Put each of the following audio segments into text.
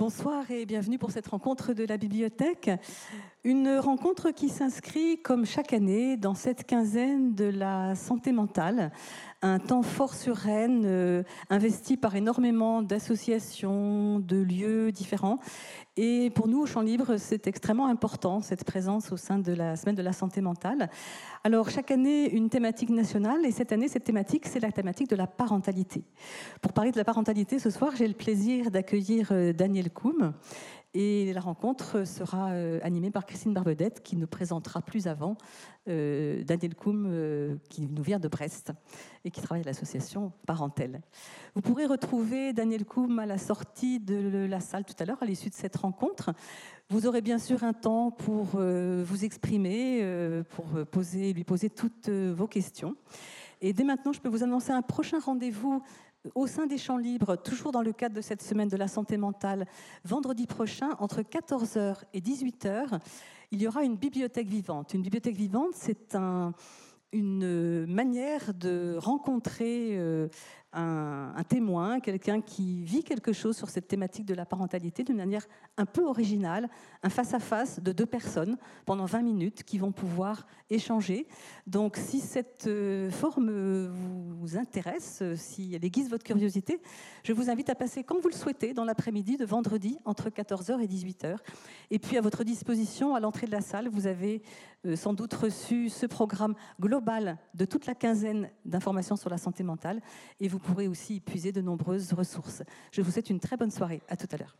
Bonsoir et bienvenue pour cette rencontre de la bibliothèque. Une rencontre qui s'inscrit, comme chaque année, dans cette quinzaine de la santé mentale. Un temps fort sur Rennes, investi par énormément d'associations, de lieux différents. Et pour nous, au Champ Libre, c'est extrêmement important, cette présence au sein de la Semaine de la santé mentale. Alors, chaque année, une thématique nationale. Et cette année, cette thématique, c'est la thématique de la parentalité. Pour parler de la parentalité, ce soir, j'ai le plaisir d'accueillir Daniel Koum. Et la rencontre sera animée par Christine Barbedette, qui nous présentera plus avant Daniel Koum, qui nous vient de Brest et qui travaille à l'association Parentèle. Vous pourrez retrouver Daniel Koum à la sortie de la salle tout à l'heure, à l'issue de cette rencontre. Vous aurez bien sûr un temps pour vous exprimer, pour lui poser toutes vos questions. Et dès maintenant, je peux vous annoncer un prochain rendez-vous au sein des Champs Libres, toujours dans le cadre de cette semaine de la santé mentale. Vendredi prochain, entre 14h et 18h, il y aura une bibliothèque vivante. Une bibliothèque vivante, c'est une manière de rencontrer un témoin, quelqu'un qui vit quelque chose sur cette thématique de la parentalité d'une manière un peu originale, un face-à-face de deux personnes pendant 20 minutes qui vont pouvoir échanger. Donc si cette forme vous intéresse, si elle aiguise votre curiosité, je vous invite à passer quand vous le souhaitez dans l'après-midi de vendredi entre 14h et 18h. Et puis à votre disposition, à l'entrée de la salle, vous avez sans doute reçu ce programme global de toute la quinzaine d'informations sur la santé mentale et vous pourrez aussi y puiser de nombreuses ressources. Je vous souhaite une très bonne soirée. À tout à l'heure.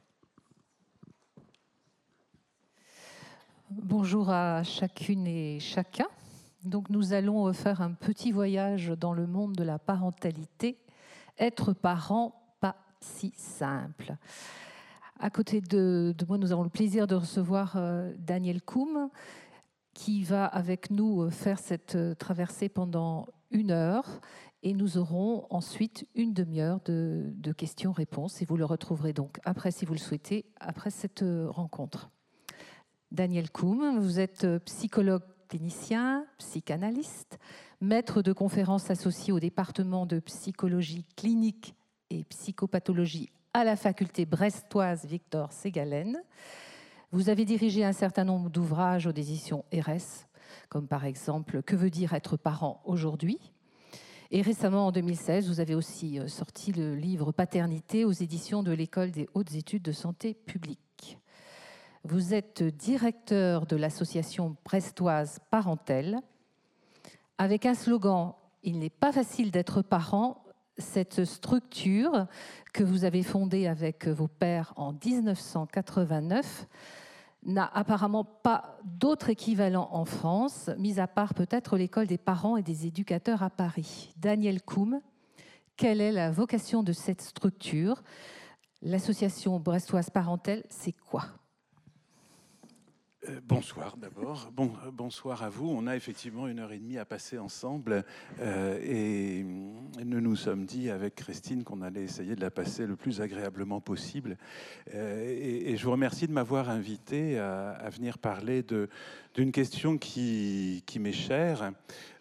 Bonjour à chacune et chacun. Donc nous allons faire un petit voyage dans le monde de la parentalité. Être parent, pas si simple. À côté de moi, nous avons le plaisir de recevoir Daniel Koum, qui va avec nous faire cette traversée pendant 1 heure. Et nous aurons ensuite 1 demi-heure de questions-réponses. Et vous le retrouverez donc après, si vous le souhaitez, après cette rencontre. Daniel Koum, vous êtes psychologue clinicien, psychanalyste, maître de conférences associé au département de psychologie clinique et psychopathologie à la faculté brestoise Victor Ségalen. Vous avez dirigé un certain nombre d'ouvrages aux éditions RS, comme par exemple « Que veut dire être parent aujourd'hui ?» Et récemment, en 2016, vous avez aussi sorti le livre « Paternité » aux éditions de l'École des hautes études de santé publique. Vous êtes directeur de l'association brestoise Parentèle. Avec un slogan « Il n'est pas facile d'être parent », cette structure que vous avez fondée avec vos pairs en 1989 n'a apparemment pas d'autre équivalent en France, mis à part peut-être l'école des parents et des éducateurs à Paris. Daniel Koum, quelle est la vocation de cette structure? L'association brestoise Parentèle, c'est quoi? Bonsoir d'abord. Bonsoir à vous. On a effectivement 1h30 à passer ensemble et nous nous sommes dit avec Christine qu'on allait essayer de la passer le plus agréablement possible. Et je vous remercie de m'avoir invité à venir parler d'une question qui m'est chère.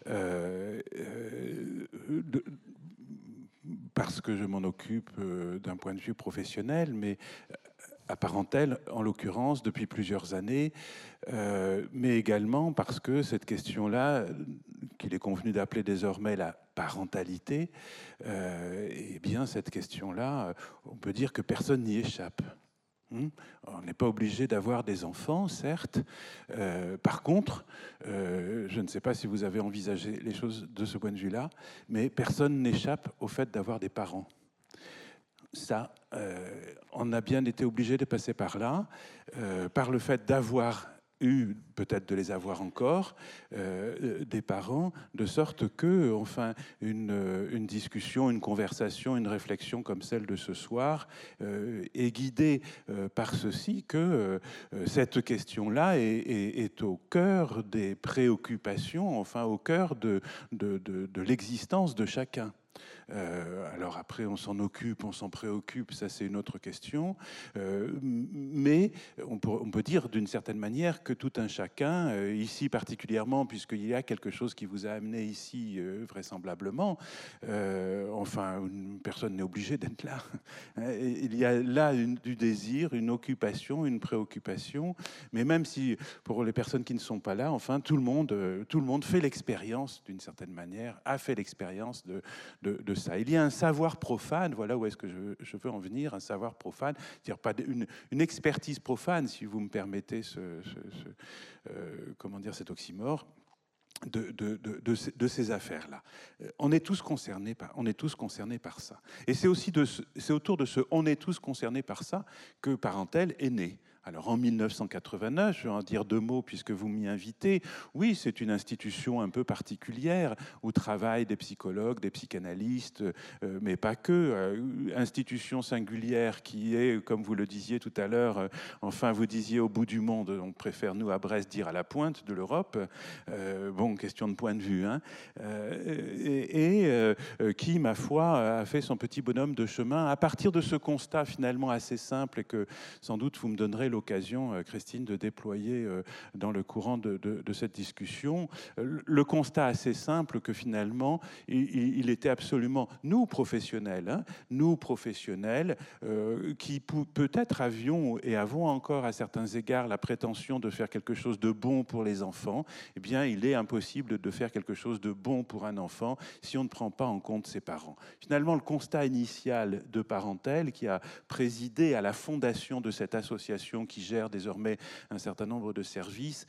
Parce que je m'en occupe d'un point de vue professionnel, mais à Parentèle, en l'occurrence, depuis plusieurs années, mais également parce que cette question-là, qu'il est convenu d'appeler désormais la parentalité, eh bien, cette question-là, on peut dire que personne n'y échappe. On n'est pas obligé d'avoir des enfants, certes. Par contre, je ne sais pas si vous avez envisagé les choses de ce point de vue-là, mais personne n'échappe au fait d'avoir des parents. Ça, on a bien été obligé de passer par là, par le fait d'avoir eu, peut-être de les avoir encore, des parents, de sorte que, enfin, une discussion, une conversation, une réflexion comme celle de ce soir est guidée par ceci, que cette question-là est au cœur des préoccupations, enfin, au cœur de l'existence de chacun. Alors après, on s'en occupe, on s'en préoccupe, ça c'est une autre question. Mais on peut dire d'une certaine manière que tout un chacun, ici particulièrement, puisqu'il y a quelque chose qui vous a amené ici vraisemblablement, enfin, personne n'est obligé d'être là. Il y a là du désir, une occupation, une préoccupation, mais même si pour les personnes qui ne sont pas là, enfin, tout le monde fait l'expérience d'une certaine manière, a fait l'expérience de ça. Il y a un savoir profane, voilà où est-ce que je veux en venir, un savoir profane, c'est-à-dire pas une expertise profane, si vous me permettez comment dire, cet oxymore, de ces affaires-là. On est tous concernés par ça. Et c'est autour de ce « on est tous concernés par ça » que Parentel est né. Alors en 1989, je vais en dire deux mots puisque vous m'y invitez. Oui, c'est une institution un peu particulière où travaillent des psychologues, des psychanalystes, mais pas que. Institution singulière qui est, comme vous le disiez tout à l'heure, enfin vous disiez au bout du monde, on préfère nous à Brest dire à la pointe de l'Europe. Bon, question de point de vue. Hein. Qui, ma foi, a fait son petit bonhomme de chemin à partir de ce constat finalement assez simple et que sans doute vous me donnerez l'occasion, Christine, de déployer dans le courant de cette discussion. Le constat assez simple que finalement, il était absolument, nous professionnels, qui peut-être avions et avons encore à certains égards la prétention de faire quelque chose de bon pour les enfants, eh bien, il est impossible de faire quelque chose de bon pour un enfant si on ne prend pas en compte ses parents. Finalement, le constat initial de Parentel, qui a présidé à la fondation de cette association qui gère désormais un certain nombre de services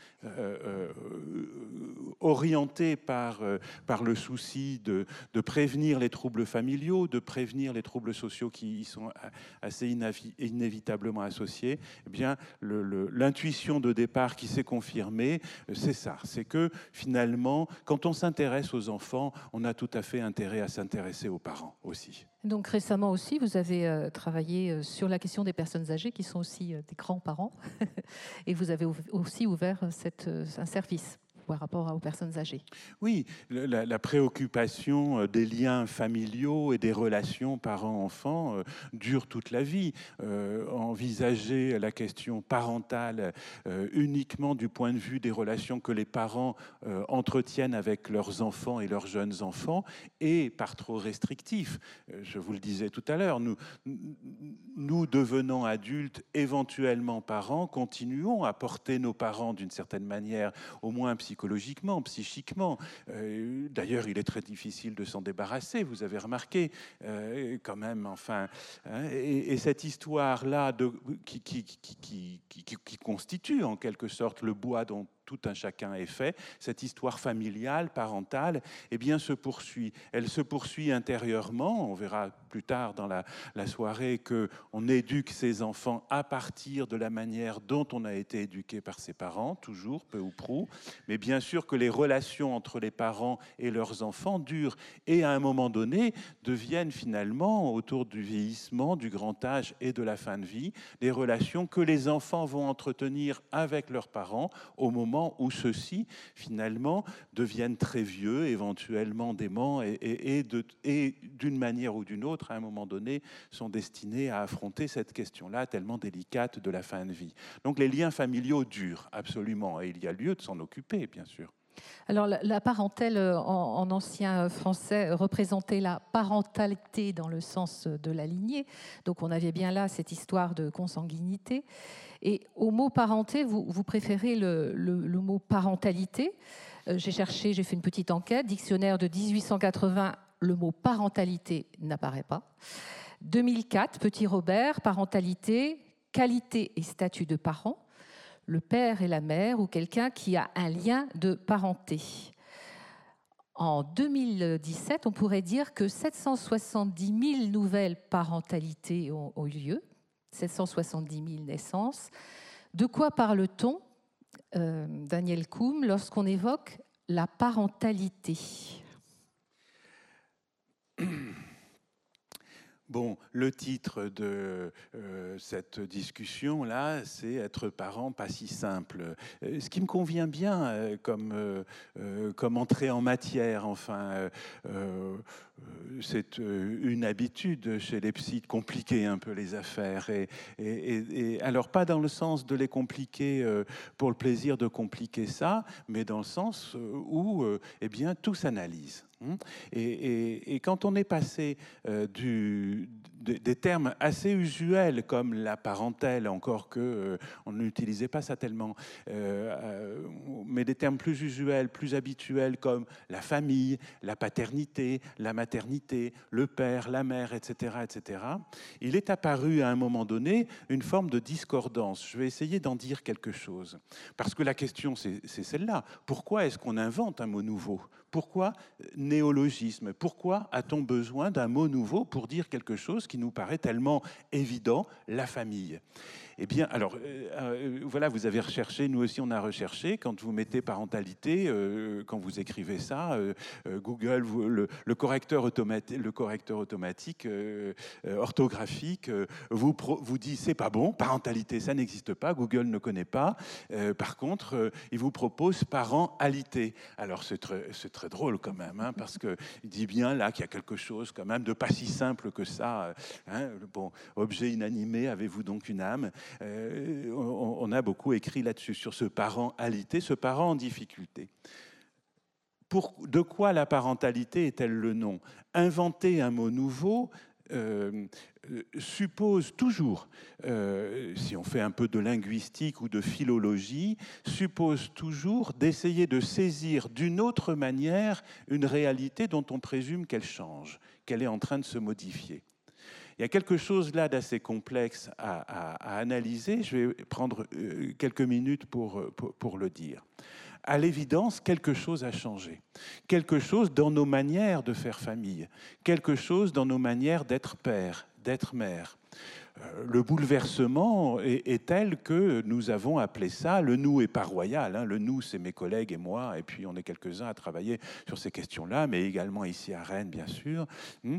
orientés par le souci de prévenir les troubles familiaux, de prévenir les troubles sociaux qui y sont assez inévitablement associés, eh bien, l'intuition de départ qui s'est confirmée, c'est ça, c'est que finalement, quand on s'intéresse aux enfants, on a tout à fait intérêt à s'intéresser aux parents aussi. Donc récemment aussi, vous avez travaillé sur la question des personnes âgées qui sont aussi des grands-parents et vous avez aussi ouvert un service par rapport aux personnes âgées. Oui, la préoccupation des liens familiaux et des relations parents-enfants dure toute la vie. Envisager la question parentale uniquement du point de vue des relations que les parents entretiennent avec leurs enfants et leurs jeunes enfants est par trop restrictif. Je vous le disais tout à l'heure, nous devenant adultes, éventuellement parents, continuons à porter nos parents d'une certaine manière, au moins psychologiquement, psychiquement. D'ailleurs, il est très difficile de s'en débarrasser, vous avez remarqué, quand même, enfin. Hein, et cette histoire-là qui constitue en quelque sorte le bois dont tout un chacun est fait, cette histoire familiale, parentale, eh bien, se poursuit. Elle se poursuit intérieurement. On verra plus tard dans la soirée qu'on éduque ses enfants à partir de la manière dont on a été éduqué par ses parents, toujours, peu ou prou. Mais bien sûr que les relations entre les parents et leurs enfants durent et à un moment donné deviennent finalement, autour du vieillissement, du grand âge et de la fin de vie, des relations que les enfants vont entretenir avec leurs parents au moment où ceux-ci, finalement, deviennent très vieux, éventuellement déments, et d'une manière ou d'une autre, à un moment donné, sont destinés à affronter cette question-là tellement délicate de la fin de vie. Donc les liens familiaux durent, absolument, et il y a lieu de s'en occuper, bien sûr. Alors, la parentèle en ancien français représentait la parentalité dans le sens de la lignée. Donc, on avait bien là cette histoire de consanguinité. Et au mot parenté, vous préférez le mot parentalité. J'ai fait une petite enquête. Dictionnaire de 1880, le mot parentalité n'apparaît pas. 2004, Petit Robert, parentalité, qualité et statut de parent. Le père et la mère ou quelqu'un qui a un lien de parenté. En 2017, on pourrait dire que 770 000 nouvelles parentalités ont eu lieu, 770 000 naissances. De quoi parle-t-on, Daniel Kuhn, lorsqu'on évoque la parentalité ? Bon, le titre de cette discussion-là, c'est « Être parent, pas si simple ». Ce qui me convient bien comme entrée en matière, enfin, c'est une habitude chez les psys de compliquer un peu les affaires. Et alors, pas dans le sens de les compliquer pour le plaisir de compliquer ça, mais dans le sens où eh bien, tout s'analyse. Et quand on est passé des termes assez usuels comme la parentèle, encore que on n'utilisait pas ça tellement, mais des termes plus usuels, plus habituels comme la famille, la paternité, la maternité, le père, la mère, etc., etc., il est apparu à un moment donné une forme de discordance. Je vais essayer d'en dire quelque chose. Parce que la question, c'est celle-là. Pourquoi est-ce qu'on invente un mot nouveau ? Pourquoi néologisme ? Pourquoi a-t-on besoin d'un mot nouveau pour dire quelque chose qui nous paraît tellement évident, la famille ? Eh bien, alors, voilà, vous avez recherché, nous aussi on a recherché, quand vous mettez parentalité, quand vous écrivez ça, Google, le correcteur automatique orthographique vous dit c'est pas bon, parentalité ça n'existe pas, Google ne connaît pas, par contre, il vous propose parentalité. Alors c'est très drôle quand même, hein, parce qu'il dit bien là qu'il y a quelque chose quand même de pas si simple que ça. Hein, bon, objet inanimé, avez-vous donc une âme ? On a beaucoup écrit là-dessus, sur ce parent alité, ce parent en difficulté. De quoi la parentalité est-elle le nom ? Inventer un mot nouveau suppose toujours, si on fait un peu de linguistique ou de philologie, suppose toujours d'essayer de saisir d'une autre manière une réalité dont on présume qu'elle change, qu'elle est en train de se modifier. Il y a quelque chose là d'assez complexe à analyser. Je vais prendre quelques minutes pour le dire. À l'évidence, quelque chose a changé. Quelque chose dans nos manières de faire famille. Quelque chose dans nos manières d'être père, d'être mère. Le bouleversement est tel que nous avons appelé ça, le nous est pas royal, hein, le nous c'est mes collègues et moi, et puis on est quelques-uns à travailler sur ces questions-là, mais également ici à Rennes bien sûr.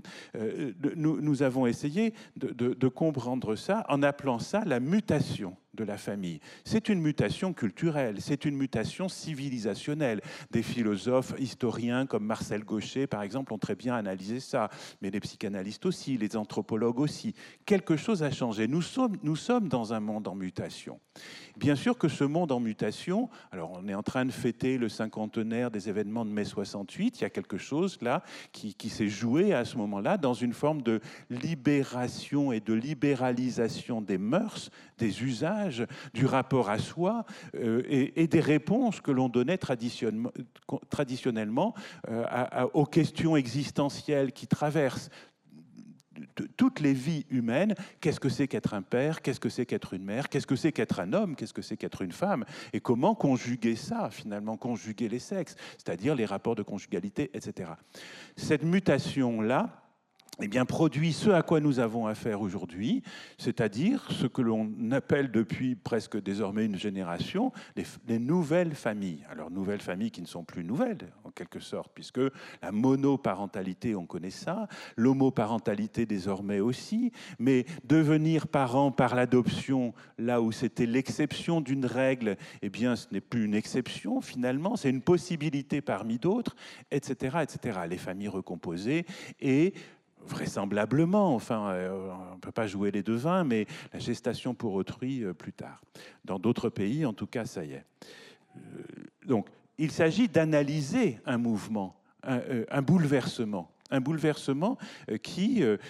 Nous avons essayé de comprendre ça en appelant ça la mutation de la famille. C'est une mutation culturelle, c'est une mutation civilisationnelle. Des philosophes, historiens comme Marcel Gauchet, par exemple, ont très bien analysé ça, mais les psychanalystes aussi, les anthropologues aussi. Quelque chose a changé. Nous sommes dans un monde en mutation. Bien sûr que ce monde en mutation, alors on est en train de fêter le cinquantenaire des événements de mai 68, il y a quelque chose là qui s'est joué à ce moment-là dans une forme de libération et de libéralisation des mœurs, des usages, du rapport à soi et des réponses que l'on donnait traditionnellement aux questions existentielles qui traversent toutes les vies humaines. Qu'est-ce que c'est qu'être un père ? Qu'est-ce que c'est qu'être une mère ? Qu'est-ce que c'est qu'être un homme ? Qu'est-ce que c'est qu'être une femme ? Et comment conjuguer ça, finalement, conjuguer les sexes, c'est-à-dire les rapports de conjugalité, etc. Cette mutation-là, eh bien, produit ce à quoi nous avons affaire aujourd'hui, c'est-à-dire ce que l'on appelle depuis presque désormais une génération, les nouvelles familles. Alors, nouvelles familles qui ne sont plus nouvelles, en quelque sorte, puisque la monoparentalité, on connaît ça, l'homoparentalité désormais aussi, mais devenir parent par l'adoption, là où c'était l'exception d'une règle, eh bien, ce n'est plus une exception, finalement, c'est une possibilité parmi d'autres, etc., etc. Les familles recomposées et vraisemblablement, enfin, on ne peut pas jouer les devins, mais la gestation pour autrui plus tard. Dans d'autres pays, en tout cas, ça y est. Donc, il s'agit d'analyser un mouvement, un bouleversement. Un bouleversement qu'il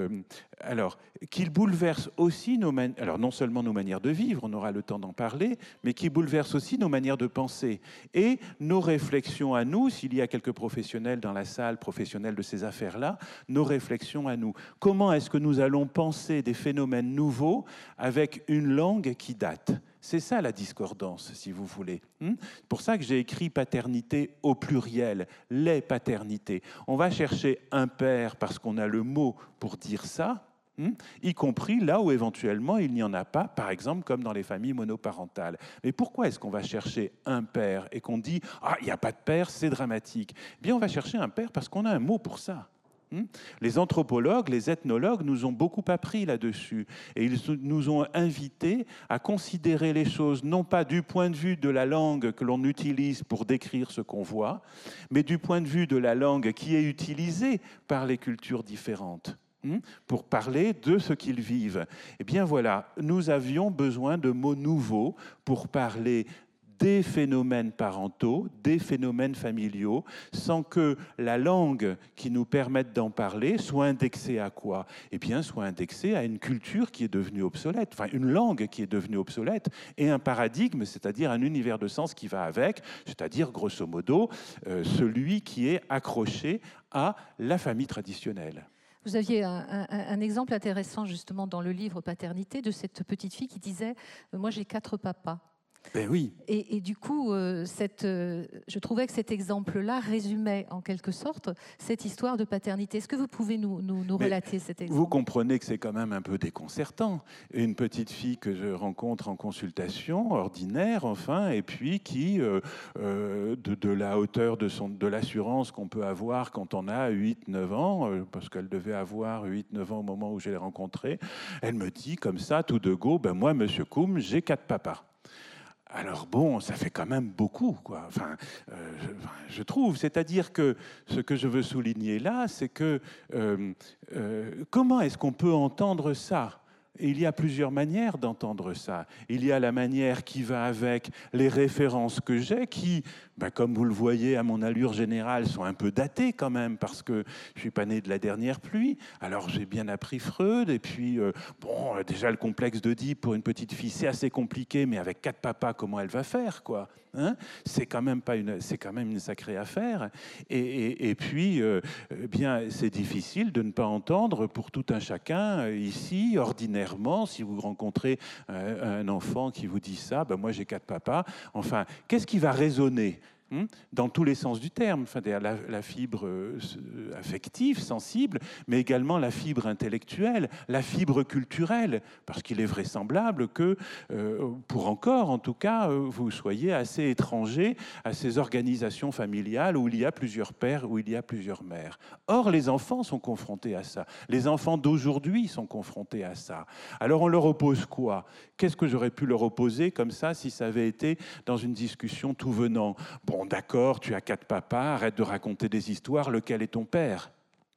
bouleverse aussi alors non seulement nos manières de vivre, on aura le temps d'en parler, mais qui bouleverse aussi nos manières de penser et nos réflexions à nous, s'il y a quelques professionnels dans la salle, professionnels de ces affaires-là, nos réflexions à nous. Comment est-ce que nous allons penser des phénomènes nouveaux avec une langue qui date ? C'est ça la discordance, si vous voulez. C'est pour ça que j'ai écrit paternité au pluriel, les paternités. On va chercher un père parce qu'on a le mot pour dire ça, y compris là où éventuellement il n'y en a pas, par exemple comme dans les familles monoparentales. Mais pourquoi est-ce qu'on va chercher un père et qu'on dit « Ah, il n'y a pas de père, c'est dramatique ». Eh bien, on va chercher un père parce qu'on a un mot pour ça. Les anthropologues, les ethnologues nous ont beaucoup appris là-dessus et ils nous ont invités à considérer les choses non pas du point de vue de la langue que l'on utilise pour décrire ce qu'on voit, mais du point de vue de la langue qui est utilisée par les cultures différentes pour parler de ce qu'ils vivent. Eh bien voilà, nous avions besoin de mots nouveaux pour parler des phénomènes parentaux, des phénomènes familiaux, sans que la langue qui nous permette d'en parler soit indexée à quoi? Eh bien, soit indexée à une culture qui est devenue obsolète, enfin une langue qui est devenue obsolète, et un paradigme, c'est-à-dire un univers de sens qui va avec, c'est-à-dire, grosso modo, celui qui est accroché à la famille traditionnelle. Vous aviez un exemple intéressant justement dans le livre Paternité de cette petite fille qui disait « Moi j'ai 4 papas ». Ben oui. Et du coup, je trouvais que cet exemple-là résumait en quelque sorte cette histoire de paternité. Est-ce que vous pouvez nous relater cet exemple? Vous comprenez que c'est quand même un peu déconcertant. Une petite fille que je rencontre en consultation, ordinaire enfin, et puis qui, de la hauteur de l'assurance qu'on peut avoir quand on a 8-9 ans, parce qu'elle devait avoir 8-9 ans au moment où je l'ai rencontrée, elle me dit comme ça, tout de go, ben moi, monsieur Koum, j'ai 4 papas. Alors bon, ça fait quand même beaucoup, quoi. Enfin, je trouve. C'est-à-dire que ce que je veux souligner là, c'est que comment est-ce qu'on peut entendre ça? Et il y a plusieurs manières d'entendre ça. Il y a la manière qui va avec les références que j'ai, qui, comme vous le voyez à mon allure générale, sont un peu datées quand même, parce que je ne suis pas né de la dernière pluie. Alors j'ai bien appris Freud, et puis, déjà le complexe d'Oedipe pour une petite fille, c'est assez compliqué, mais avec 4 papas, comment elle va faire, quoi? C'est quand même une sacrée affaire. Et puis, bien, c'est difficile de ne pas entendre pour tout un chacun ici, ordinairement, si vous rencontrez un enfant qui vous dit ça, moi j'ai 4 papas. Enfin, qu'est-ce qui va résonner dans tous les sens du terme, enfin, la fibre affective, sensible, mais également la fibre intellectuelle, la fibre culturelle, parce qu'il est vraisemblable que, pour encore en tout cas, vous soyez assez étranger à ces organisations familiales où il y a plusieurs pères, où il y a plusieurs mères. Or, les enfants sont confrontés à ça. Les enfants d'aujourd'hui sont confrontés à ça. Alors, on leur oppose quoi? Qu'est-ce que j'aurais pu leur opposer comme ça si ça avait été dans une discussion tout venant? Bon, d'accord, tu as 4 papas, arrête de raconter des histoires, lequel est ton père?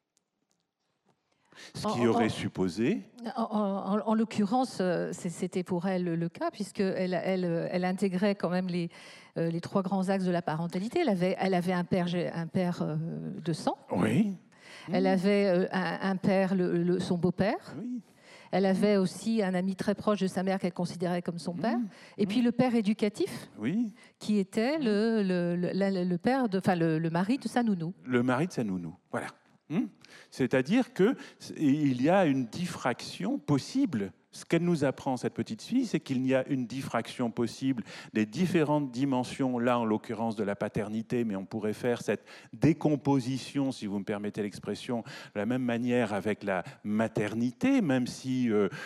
Ce qui aurait supposé... En l'occurrence, c'était pour elle le cas, puisqu'elle intégrait quand même les 3 grands axes de la parentalité. Elle avait un père de sang. Oui. Elle avait un père, son beau-père. Oui. Elle avait aussi un ami très proche de sa mère qu'elle considérait comme son père. Et puis le père éducatif, oui, qui était le père le mari de sa nounou. Le mari de sa nounou, voilà. C'est-à-dire qu'il y a une diffraction possible. Ce qu'elle nous apprend, cette petite fille, c'est qu'il y a une diffraction possible des différentes dimensions, là en l'occurrence de la paternité, mais on pourrait faire cette décomposition, si vous me permettez l'expression, de la même manière avec la maternité, même si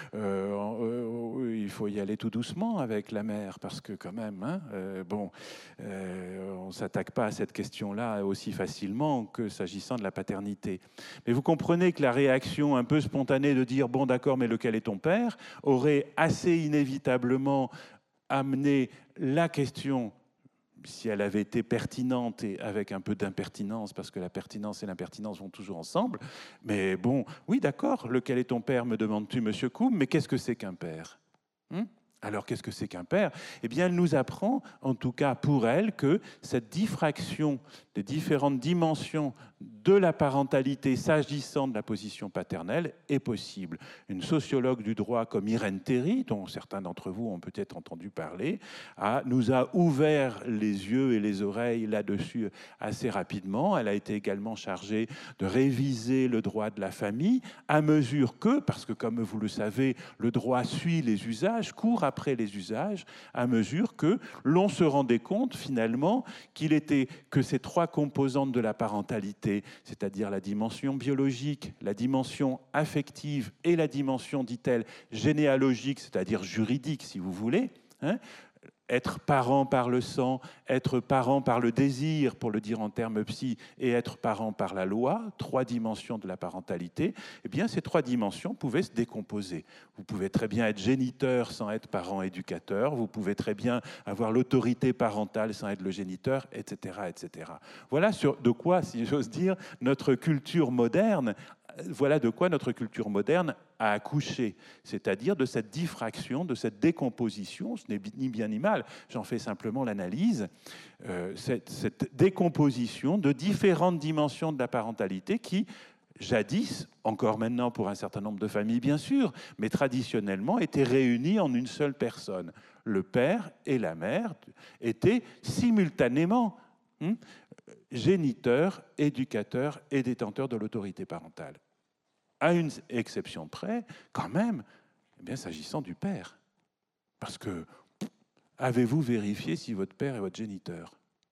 il faut y aller tout doucement avec la mère, parce que quand même, on ne s'attaque pas à cette question-là aussi facilement que s'agissant de la paternité. Mais vous comprenez que la réaction un peu spontanée de dire « bon d'accord, mais lequel est ton père ?» aurait assez inévitablement amené la question, si elle avait été pertinente et avec un peu d'impertinence, parce que la pertinence et l'impertinence vont toujours ensemble, mais bon, oui d'accord, lequel est ton père, me demandes-tu, monsieur Koum, mais qu'est-ce que c'est qu'un père? Alors, qu'est-ce que c'est qu'un père? Eh bien, elle nous apprend, en tout cas pour elle, que cette diffraction des différentes dimensions de la parentalité s'agissant de la position paternelle est possible. Une sociologue du droit comme Irène Théry, dont certains d'entre vous ont peut-être entendu parler, nous a ouvert les yeux et les oreilles là-dessus assez rapidement. Elle a été également chargée de réviser le droit de la famille à mesure que, parce que comme vous le savez, le droit suit les usages, court après les usages, à mesure que l'on se rendait compte finalement que ces 3 composantes de la parentalité, c'est-à-dire la dimension biologique, la dimension affective et la dimension, dit-elle, généalogique, c'est-à-dire juridique si vous voulez, être parent par le sang, être parent par le désir, pour le dire en termes psy, et être parent par la loi, 3 dimensions de la parentalité, eh bien ces 3 dimensions pouvaient se décomposer. Vous pouvez très bien être géniteur sans être parent éducateur, vous pouvez très bien avoir l'autorité parentale sans être le géniteur, etc., etc. Voilà de quoi, si j'ose dire, notre culture moderne a accouché, c'est-à-dire de cette diffraction, de cette décomposition, ce n'est ni bien ni mal, j'en fais simplement l'analyse, cette décomposition de différentes dimensions de la parentalité qui, jadis, encore maintenant pour un certain nombre de familles bien sûr, mais traditionnellement étaient réunies en une seule personne. Le père et la mère étaient simultanément géniteurs, éducateurs et détenteurs de l'autorité parentale. À une exception près, quand même, eh bien, s'agissant du père. Parce que, avez-vous vérifié si votre père est votre géniteur ?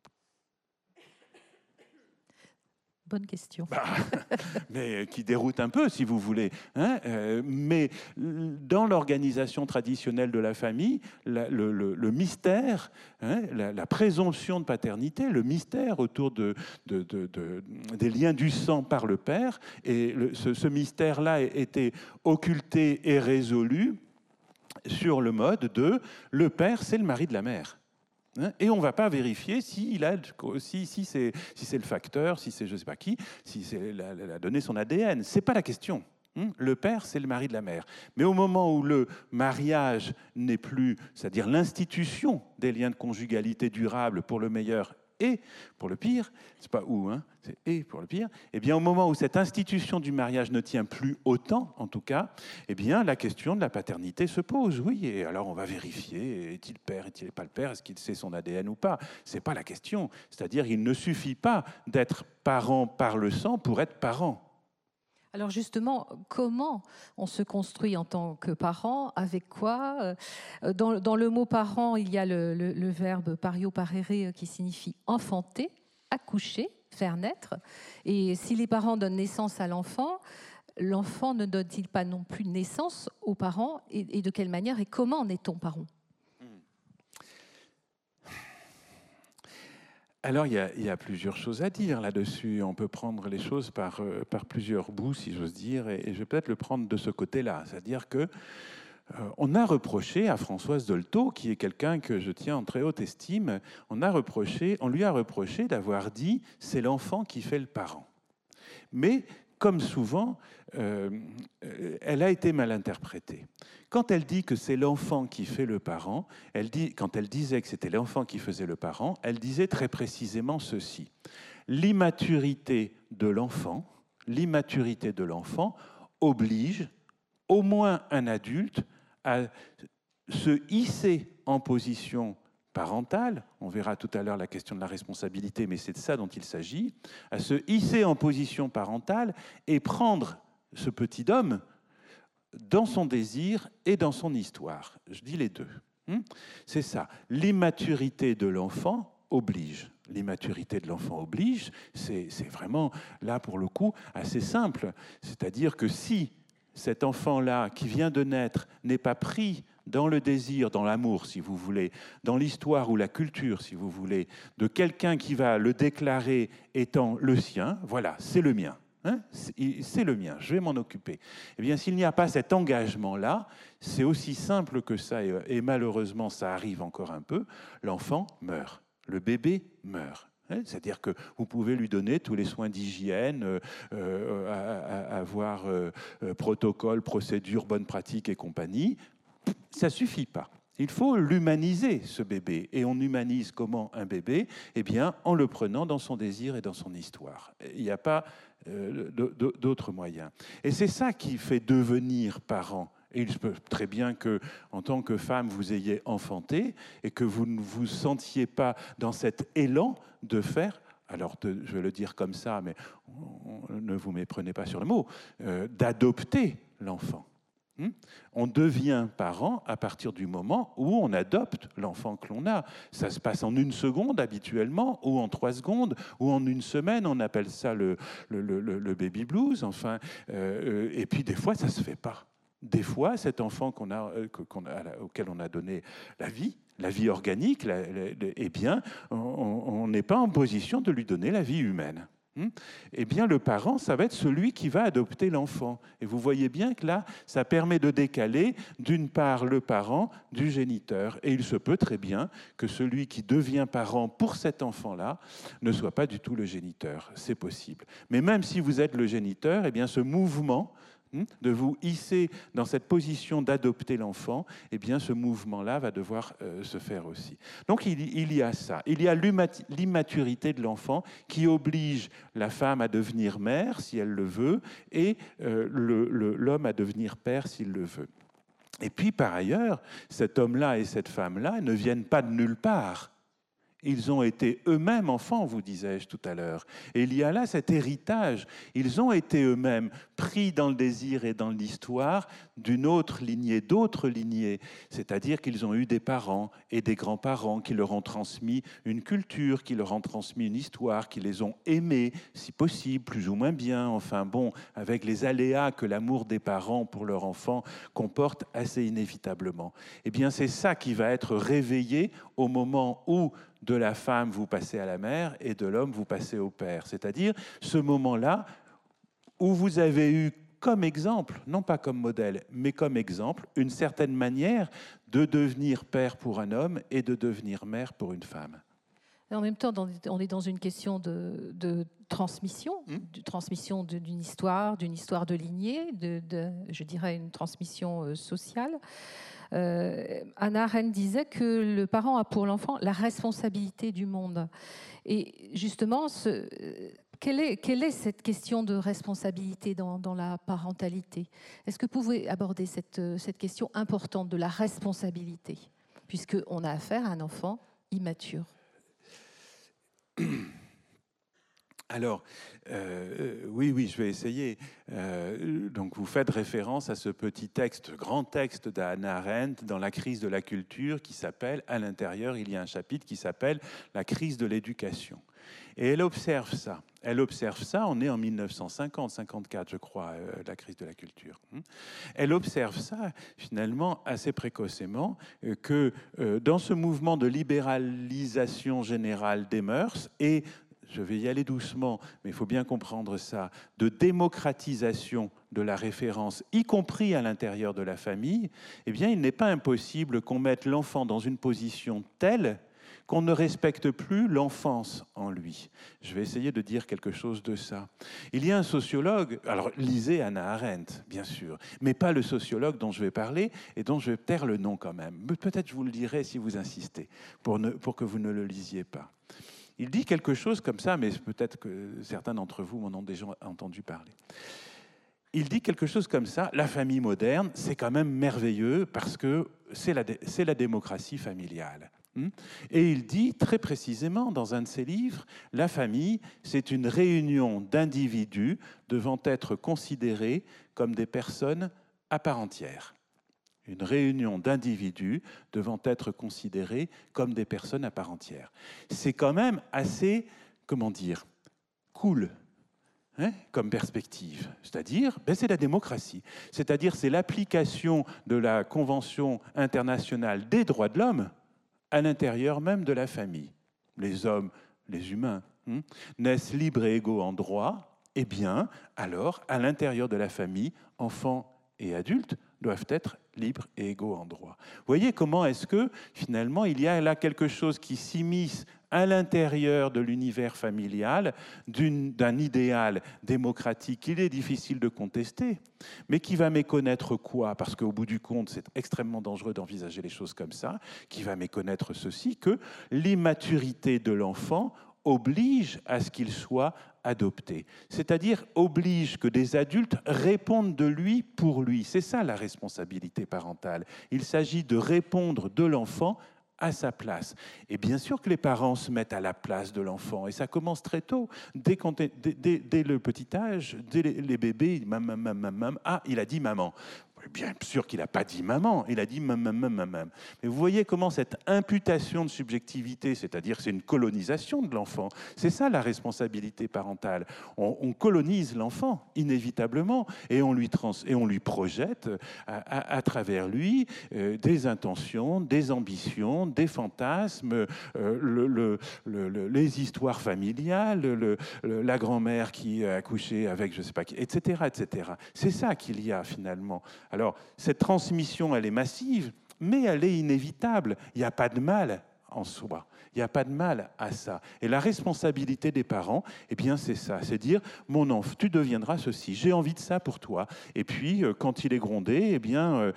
Bonne question. Mais qui déroute un peu, si vous voulez. Mais dans l'organisation traditionnelle de la famille, le mystère, la présomption de paternité, le mystère autour des liens du sang par le père, et ce mystère-là était occulté et résolu sur le mode de le père, c'est le mari de la mère. Et on ne va pas vérifier si c'est le facteur, si c'est je ne sais pas qui, si c'est a donné son ADN. Ce n'est pas la question. Le père, c'est le mari de la mère. Mais au moment où le mariage n'est plus, c'est-à-dire l'institution des liens de conjugalité durables pour le meilleur et pour le pire, c'est pas ou, c'est et pour le pire, eh bien au moment où cette institution du mariage ne tient plus autant, en tout cas, eh bien la question de la paternité se pose, oui, et alors on va vérifier, est-il père, est-il pas le père, est-ce qu'il sait son ADN ou pas, c'est pas la question, c'est-à-dire il ne suffit pas d'être parent par le sang pour être parent. Alors justement, comment on se construit en tant que parent? Avec quoi? Dans le mot parent, il y a le verbe pario parere qui signifie enfanter, accoucher, faire naître. Et si les parents donnent naissance à l'enfant, l'enfant ne donne-t-il pas non plus naissance aux parents? Et de quelle manière et comment naît-on parent? Alors, il y a plusieurs choses à dire là-dessus. On peut prendre les choses par plusieurs bouts, si j'ose dire, et je vais peut-être le prendre de ce côté-là. C'est-à-dire que on a reproché à Françoise Dolto, qui est quelqu'un que je tiens en très haute estime, on lui a reproché d'avoir dit « c'est l'enfant qui fait le parent ». Mais, comme souvent, elle a été mal interprétée. Quand elle dit que c'est l'enfant qui fait le parent, quand elle disait que c'était l'enfant qui faisait le parent, elle disait très précisément ceci. L'immaturité de l'enfant oblige au moins un adulte à se hisser en position parentale, on verra tout à l'heure la question de la responsabilité, mais c'est de ça dont il s'agit, à se hisser en position parentale et prendre ce petit homme dans son désir et dans son histoire. Je dis les deux. C'est ça. L'immaturité de l'enfant oblige. L'immaturité de l'enfant oblige, c'est vraiment, là pour le coup, assez simple. C'est-à-dire que si cet enfant-là, qui vient de naître, n'est pas pris dans le désir, dans l'amour, si vous voulez, dans l'histoire ou la culture, si vous voulez, de quelqu'un qui va le déclarer étant le sien, voilà, c'est le mien. C'est le mien, je vais m'en occuper. Eh bien, s'il n'y a pas cet engagement-là, c'est aussi simple que ça, et malheureusement, ça arrive encore un peu, l'enfant meurt, le bébé meurt. C'est-à-dire que vous pouvez lui donner tous les soins d'hygiène, avoir protocole, procédure, bonne pratique et compagnie. Ça ne suffit pas. Il faut l'humaniser, ce bébé. Et on humanise comment un bébé? Eh bien, en le prenant dans son désir et dans son histoire. Il n'y a pas d'autres moyens. Et c'est ça qui fait devenir parent. Et il se peut très bien que, en tant que femme, vous ayez enfanté et que vous ne vous sentiez pas dans cet élan de faire, alors je vais le dire comme ça, mais ne vous méprenez pas sur le mot, d'adopter l'enfant. On devient parent à partir du moment où on adopte l'enfant que l'on a. Ça se passe en 1 seconde habituellement, ou en 3 secondes, ou en 1 semaine. On appelle ça le baby blues. Enfin, et puis des fois, ça ne se fait pas. Des fois, cet enfant auquel on a donné la vie, la vie organique, eh bien, on n'est pas en position de lui donner la vie humaine. Eh bien, le parent, ça va être celui qui va adopter l'enfant. Et vous voyez bien que là, ça permet de décaler, d'une part, le parent du géniteur. Et il se peut très bien que celui qui devient parent pour cet enfant-là ne soit pas du tout le géniteur. C'est possible. Mais même si vous êtes le géniteur, eh bien, ce mouvement de vous hisser dans cette position d'adopter l'enfant, eh bien, ce mouvement-là va devoir se faire aussi. Donc, il y a ça. Il y a l'immaturité de l'enfant qui oblige la femme à devenir mère, si elle le veut, et l'homme à devenir père, s'il le veut. Et puis, par ailleurs, cet homme-là et cette femme-là ne viennent pas de nulle part. Ils ont été eux-mêmes enfants, vous disais-je tout à l'heure. Et il y a là cet héritage. Ils ont été eux-mêmes pris dans le désir et dans l'histoire d'une autre lignée, d'autres lignées. C'est-à-dire qu'ils ont eu des parents et des grands-parents qui leur ont transmis une culture, qui leur ont transmis une histoire, qui les ont aimés, si possible, plus ou moins bien. Enfin bon, avec les aléas que l'amour des parents pour leur enfant comporte assez inévitablement. Eh bien, c'est ça qui va être réveillé au moment où de la femme, vous passez à la mère, et de l'homme, vous passez au père. C'est-à-dire ce moment-là où vous avez eu comme exemple, non pas comme modèle, mais comme exemple, une certaine manière de devenir père pour un homme et de devenir mère pour une femme. Et en même temps, on est dans une question de transmission, de transmission d'une histoire de lignée, je dirais une transmission sociale. Hannah Arendt disait que le parent a pour l'enfant la responsabilité du monde. Et justement, quelle est cette question de responsabilité dans la parentalité? Est-ce que vous pouvez aborder cette question importante de la responsabilité, puisqu'on a affaire à un enfant immature? Alors, oui, je vais essayer. Donc, vous faites référence à ce petit texte, grand texte d'Hannah Arendt dans La crise de la culture qui s'appelle, à l'intérieur, il y a un chapitre qui s'appelle La crise de l'éducation. Et elle observe ça. On est en 1950-54, je crois, la crise de la culture. Elle observe ça, finalement, assez précocement, que dans ce mouvement de libéralisation générale des mœurs et je vais y aller doucement, mais il faut bien comprendre ça, de démocratisation de la référence, y compris à l'intérieur de la famille, eh bien, il n'est pas impossible qu'on mette l'enfant dans une position telle qu'on ne respecte plus l'enfance en lui. Je vais essayer de dire quelque chose de ça. Il y a un sociologue, alors lisez Hannah Arendt, bien sûr, mais pas le sociologue dont je vais parler et dont je vais taire le nom quand même. Peut-être je vous le dirai si vous insistez, pour que vous ne le lisiez pas. Il dit quelque chose comme ça, mais peut-être que certains d'entre vous m'en ont déjà entendu parler. Il dit quelque chose comme ça, la famille moderne, c'est quand même merveilleux parce que c'est la démocratie familiale. Et il dit très précisément dans un de ses livres, la famille, c'est une réunion d'individus devant être considérés comme des personnes à part entière. Une réunion d'individus devant être considérés comme des personnes à part entière. C'est quand même assez, cool comme perspective. C'est-à-dire, c'est la démocratie. C'est-à-dire, c'est l'application de la Convention internationale des droits de l'homme à l'intérieur même de la famille. Les hommes, les humains, naissent libres et égaux en droit. Eh bien, alors, à l'intérieur de la famille, enfants et adultes doivent être libres et égaux en droit. Vous voyez comment est-ce que, finalement, il y a là quelque chose qui s'immisce à l'intérieur de l'univers familial, d'un idéal démocratique qu'il est difficile de contester, mais qui va méconnaître quoi? Parce qu'au bout du compte, c'est extrêmement dangereux d'envisager les choses comme ça, qui va méconnaître ceci, que l'immaturité de l'enfant oblige à ce qu'il soit adopté. C'est-à-dire oblige que des adultes répondent de lui pour lui. C'est ça la responsabilité parentale. Il s'agit de répondre de l'enfant à sa place. Et bien sûr que les parents se mettent à la place de l'enfant, et ça commence très tôt, dès le petit âge, dès les bébés, il a dit maman. Bien sûr qu'il n'a pas dit maman, il a dit maman. Mais vous voyez comment cette imputation de subjectivité, c'est-à-dire c'est une colonisation de l'enfant, c'est ça la responsabilité parentale. On colonise l'enfant inévitablement et on lui projette à travers lui des intentions, des ambitions, des fantasmes, les histoires familiales, la grand-mère qui a accouché avec je ne sais pas qui, etc., etc. C'est ça qu'il y a finalement. Alors, cette transmission, elle est massive, mais elle est inévitable. Il n'y a pas de mal en soi. Il n'y a pas de mal à ça. Et la responsabilité des parents, eh bien, c'est ça. C'est dire, mon enfant, tu deviendras ceci. J'ai envie de ça pour toi. Et puis, quand il est grondé, eh bien,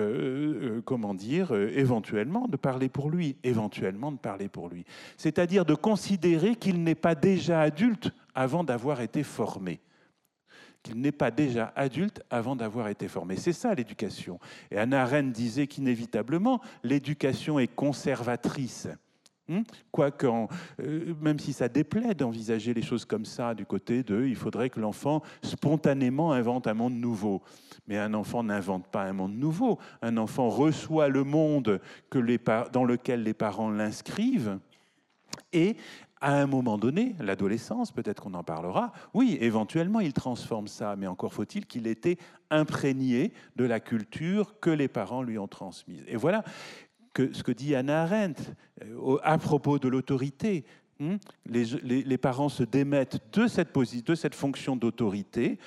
éventuellement de parler pour lui. Éventuellement de parler pour lui. C'est-à-dire de considérer qu'il n'est pas déjà adulte avant d'avoir été formé. Qu'il n'est pas déjà adulte avant d'avoir été formé. C'est ça l'éducation. Et Hannah Arendt disait qu'inévitablement, l'éducation est conservatrice. Quoique, même si ça déplaît d'envisager les choses comme ça, du côté de il faudrait que l'enfant spontanément invente un monde nouveau. Mais un enfant n'invente pas un monde nouveau. Un enfant reçoit le monde dans lequel les parents l'inscrivent et à un moment donné, l'adolescence, peut-être qu'on en parlera, oui, éventuellement, il transforme ça, mais encore faut-il qu'il ait été imprégné de la culture que les parents lui ont transmise. Et voilà ce que dit Hannah Arendt à propos de l'autorité. Les parents se démettent de cette fonction d'autorité,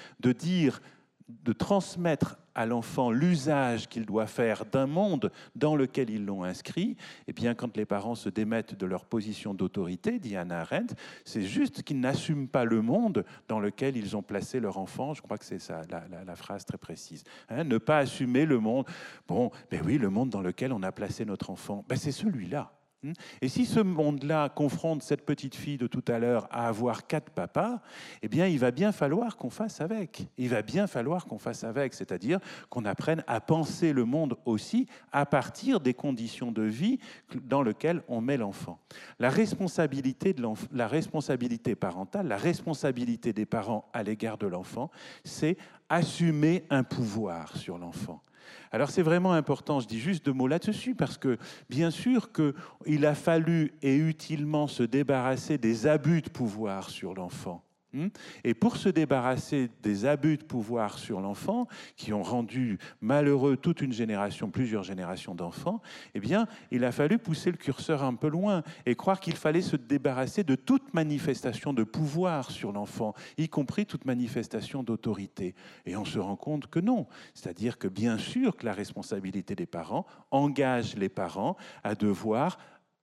de transmettre à l'enfant l'usage qu'il doit faire d'un monde dans lequel ils l'ont inscrit. Et bien, quand les parents se démettent de leur position d'autorité, dit Hannah Arendt, c'est juste qu'ils n'assument pas le monde dans lequel ils ont placé leur enfant. Je crois que c'est ça, la phrase très précise. Ne pas assumer le monde. Bon, ben oui, le monde dans lequel on a placé notre enfant, ben c'est celui-là. Et si ce monde-là confronte cette petite fille de tout à l'heure à avoir 4 papas, eh bien, il va bien falloir qu'on fasse avec. Il va bien falloir qu'on fasse avec, c'est-à-dire qu'on apprenne à penser le monde aussi à partir des conditions de vie dans lesquelles on met l'enfant. La responsabilité parentale, la responsabilité des parents à l'égard de l'enfant, c'est assumer un pouvoir sur l'enfant. Alors c'est vraiment important, je dis juste 2 mots là-dessus, parce que bien sûr qu'il a fallu et utilement se débarrasser des abus de pouvoir sur l'enfant. Et pour se débarrasser des abus de pouvoir sur l'enfant, qui ont rendu malheureux toute une génération, plusieurs générations d'enfants, eh bien, il a fallu pousser le curseur un peu loin et croire qu'il fallait se débarrasser de toute manifestation de pouvoir sur l'enfant, y compris toute manifestation d'autorité. Et on se rend compte que non. C'est-à-dire que bien sûr que la responsabilité des parents engage les parents à devoir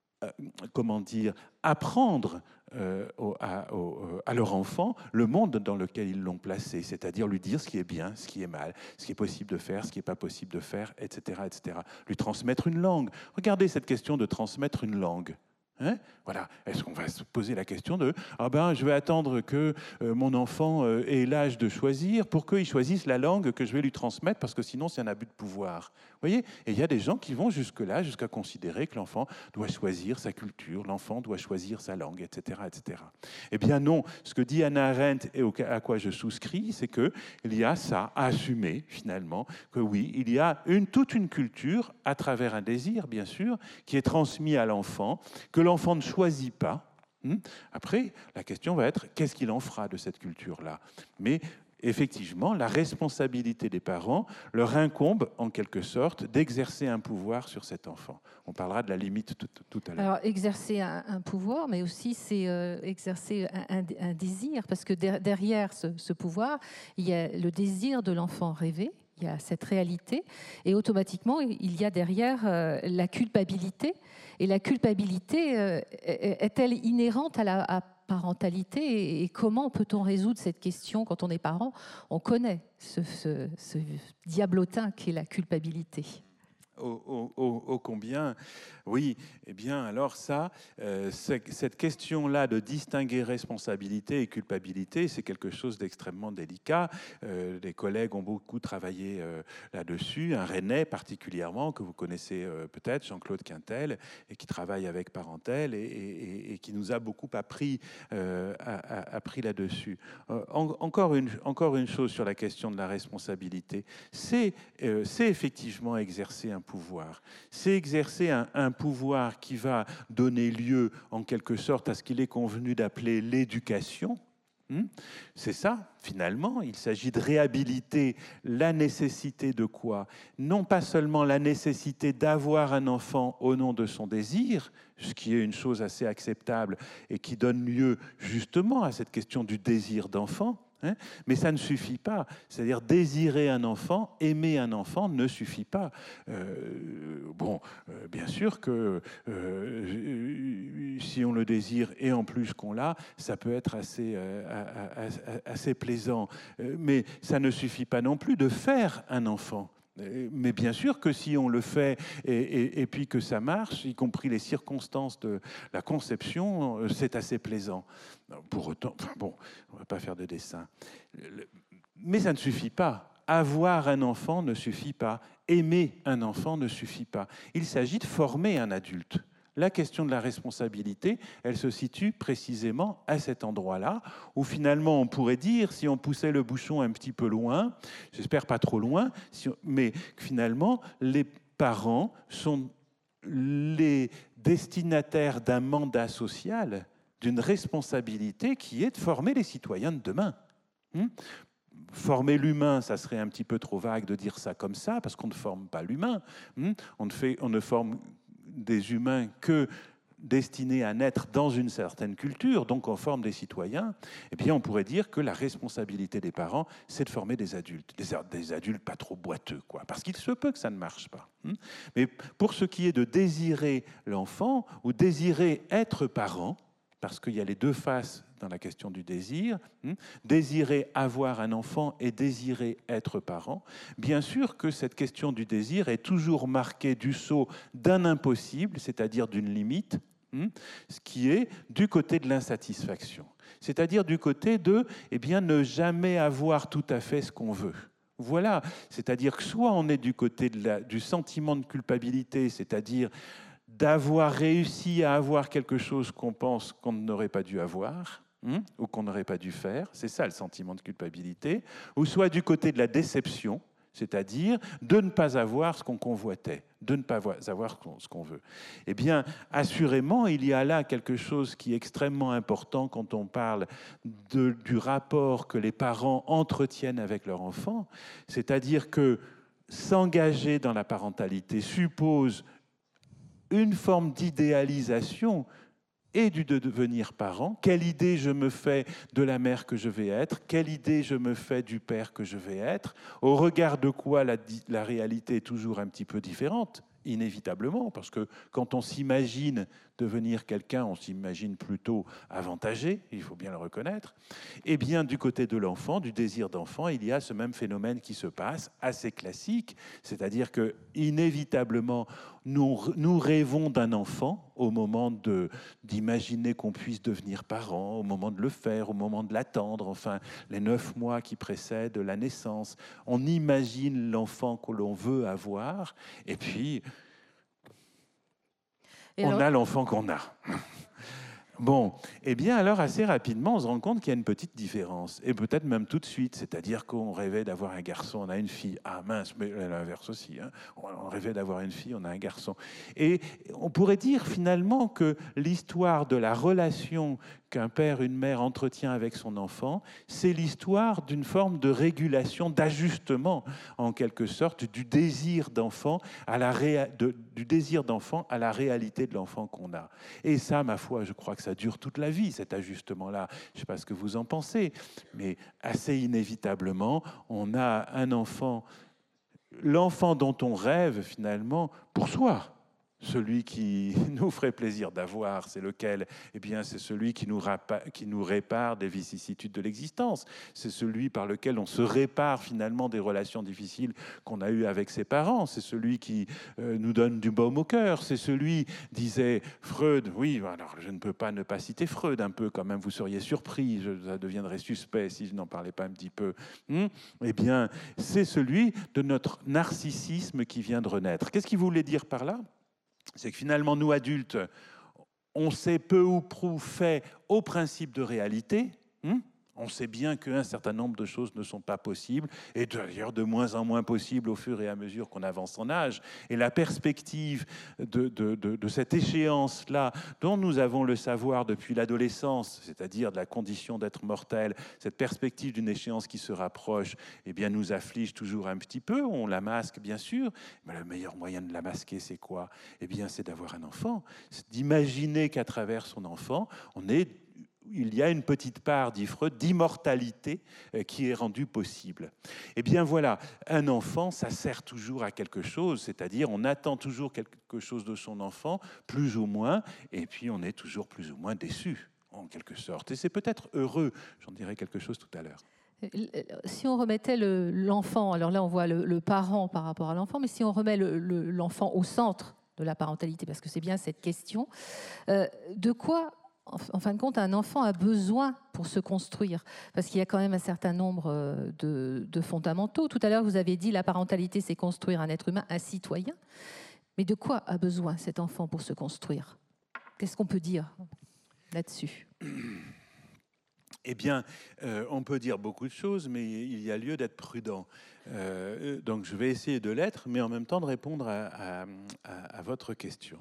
apprendre à leur enfant le monde dans lequel ils l'ont placé, c'est-à-dire lui dire ce qui est bien, ce qui est mal, ce qui est possible de faire, ce qui n'est pas possible de faire, etc., etc. Lui transmettre une langue. Regardez cette question de transmettre une langue. Voilà. Est-ce qu'on va se poser la question de je vais attendre que mon enfant ait l'âge de choisir pour qu'il choisisse la langue que je vais lui transmettre, parce que sinon c'est un abus de pouvoir. Vous voyez ? Et il y a des gens qui vont jusque-là, jusqu'à considérer que l'enfant doit choisir sa culture, l'enfant doit choisir sa langue, etc., etc. Eh bien non, ce que dit Hannah Arendt et à quoi je souscris, c'est qu'il y a ça à assumer finalement, que oui, il y a toute une culture, à travers un désir bien sûr, qui est transmis à l'enfant, que l'enfant ne choisit pas. Après, la question va être qu'est-ce qu'il en fera de cette culture-là ? Mais effectivement, la responsabilité des parents leur incombe en quelque sorte d'exercer un pouvoir sur cet enfant. On parlera de la limite tout à l'heure. Alors, exercer un pouvoir, mais aussi c'est exercer un désir, parce que derrière ce pouvoir, il y a le désir de l'enfant rêvé. Il y a cette réalité et automatiquement, il y a derrière la culpabilité. Et la culpabilité est-elle inhérente à la parentalité et comment peut-on résoudre cette question quand on est parent ? On connaît ce diablotin qu'est la culpabilité. Ô combien, oui, eh bien alors ça, cette question-là de distinguer responsabilité et culpabilité, c'est quelque chose d'extrêmement délicat. Les collègues ont beaucoup travaillé là-dessus, un Rennais particulièrement, que vous connaissez peut-être, Jean-Claude Quintel, et qui travaille avec Parentel et qui nous a beaucoup appris là-dessus. Encore une chose sur la question de la responsabilité, c'est effectivement exercer un pouvoir. C'est exercer un pouvoir qui va donner lieu, en quelque sorte, à ce qu'il est convenu d'appeler l'éducation. C'est ça, finalement. Il s'agit de réhabiliter la nécessité de quoi? Non pas seulement la nécessité d'avoir un enfant au nom de son désir, ce qui est une chose assez acceptable et qui donne lieu justement à cette question du désir d'enfant. Mais ça ne suffit pas. C'est-à-dire désirer un enfant, aimer un enfant ne suffit pas. Bien sûr que si on le désire et en plus qu'on l'a, ça peut être assez plaisant. Mais ça ne suffit pas non plus de faire un enfant. Mais bien sûr que si on le fait et puis que ça marche, y compris les circonstances de la conception, c'est assez plaisant. Pour autant, bon, on ne va pas faire de dessin. Mais ça ne suffit pas. Avoir un enfant ne suffit pas. Aimer un enfant ne suffit pas. Il s'agit de former un adulte. La question de la responsabilité, elle se situe précisément à cet endroit-là, où finalement on pourrait dire, si on poussait le bouchon un petit peu loin, j'espère pas trop loin, mais finalement les parents sont les destinataires d'un mandat social, d'une responsabilité qui est de former les citoyens de demain. Former l'humain, ça serait un petit peu trop vague de dire ça comme ça, parce qu'on ne forme pas l'humain. On ne forme des humains que destinés à naître dans une certaine culture, donc en forme des citoyens, eh bien on pourrait dire que la responsabilité des parents, c'est de former des adultes pas trop boiteux, quoi, parce qu'il se peut que ça ne marche pas. Mais pour ce qui est de désirer l'enfant ou désirer être parent, parce qu'il y a les deux faces dans la question du désir, désirer avoir un enfant et désirer être parent, bien sûr que cette question du désir est toujours marquée du sceau d'un impossible, c'est-à-dire d'une limite, ce qui est du côté de l'insatisfaction, c'est-à-dire du côté de ne jamais avoir tout à fait ce qu'on veut. Voilà, c'est-à-dire que soit on est du côté du sentiment de culpabilité, c'est-à-dire d'avoir réussi à avoir quelque chose qu'on pense qu'on n'aurait pas dû avoir, ou qu'on n'aurait pas dû faire, c'est ça le sentiment de culpabilité, ou soit du côté de la déception, c'est-à-dire de ne pas avoir ce qu'on convoitait, de ne pas avoir ce qu'on veut. Eh bien, assurément, il y a là quelque chose qui est extrêmement important quand on parle du rapport que les parents entretiennent avec leur enfant, c'est-à-dire que s'engager dans la parentalité suppose une forme d'idéalisation et du devenir parent. Quelle idée je me fais de la mère que je vais être? Quelle idée je me fais du père que je vais être? Au regard de quoi la réalité est toujours un petit peu différente, inévitablement, parce que quand on s'imagine devenir quelqu'un, on s'imagine plutôt avantagé, il faut bien le reconnaître. Et bien, du côté de l'enfant, du désir d'enfant, il y a ce même phénomène qui se passe, assez classique, c'est-à-dire que inévitablement, nous rêvons d'un enfant au moment d'imaginer qu'on puisse devenir parent, au moment de le faire, au moment de l'attendre, enfin, les 9 mois qui précèdent la naissance. On imagine l'enfant que l'on veut avoir, et puis on a l'enfant qu'on a. Bon, eh bien alors assez rapidement, on se rend compte qu'il y a une petite différence, et peut-être même tout de suite, c'est-à-dire qu'on rêvait d'avoir un garçon, on a une fille. Ah mince, mais l'inverse aussi, hein. On rêvait d'avoir une fille, on a un garçon. Et on pourrait dire finalement que l'histoire de la relation qu'un père, une mère entretient avec son enfant, c'est l'histoire d'une forme de régulation, d'ajustement, en quelque sorte, du désir d'enfant à la réalité de l'enfant qu'on a. Et ça, ma foi, je crois que ça dure toute la vie, cet ajustement-là. Je ne sais pas ce que vous en pensez, mais assez inévitablement, on a un enfant, l'enfant dont on rêve finalement pour soi. Celui qui nous ferait plaisir d'avoir, c'est lequel? Eh bien, c'est celui qui nous répare des vicissitudes de l'existence. C'est celui par lequel on se répare finalement des relations difficiles qu'on a eues avec ses parents. C'est celui qui nous donne du baume au cœur. C'est celui, disait Freud, oui, alors je ne peux pas ne pas citer Freud un peu quand même, vous seriez surpris, ça deviendrait suspect si je n'en parlais pas un petit peu. Eh bien, c'est celui de notre narcissisme qui vient de renaître. Qu'est-ce qu'il voulait dire par là? C'est que finalement, nous adultes, on s'est peu ou prou fait au principe de réalité. On sait bien qu'un certain nombre de choses ne sont pas possibles, et d'ailleurs de moins en moins possibles au fur et à mesure qu'on avance en âge. Et la perspective de cette échéance-là, dont nous avons le savoir depuis l'adolescence, c'est-à-dire de la condition d'être mortel, cette perspective d'une échéance qui se rapproche, eh bien, nous afflige toujours un petit peu. On la masque, bien sûr, mais le meilleur moyen de la masquer, c'est quoi? Eh bien, c'est d'avoir un enfant, c'est d'imaginer qu'à travers son enfant, il y a une petite part, dit Freud, d'immortalité qui est rendue possible. Eh bien voilà, un enfant, ça sert toujours à quelque chose, c'est-à-dire on attend toujours quelque chose de son enfant, plus ou moins, et puis on est toujours plus ou moins déçu, en quelque sorte. Et c'est peut-être heureux, j'en dirai quelque chose tout à l'heure. Si on remettait l'enfant, alors là on voit le parent par rapport à l'enfant, mais si on remet l'enfant au centre de la parentalité, parce que c'est bien cette question, de quoi en fin de compte, un enfant a besoin pour se construire, parce qu'il y a quand même un certain nombre de fondamentaux. Tout à l'heure, vous avez dit la parentalité, c'est construire un être humain, un citoyen. Mais de quoi a besoin cet enfant pour se construire? Qu'est-ce qu'on peut dire là-dessus? Eh bien, on peut dire beaucoup de choses, mais il y a lieu d'être prudent. Donc, je vais essayer de l'être, mais en même temps de répondre à votre question.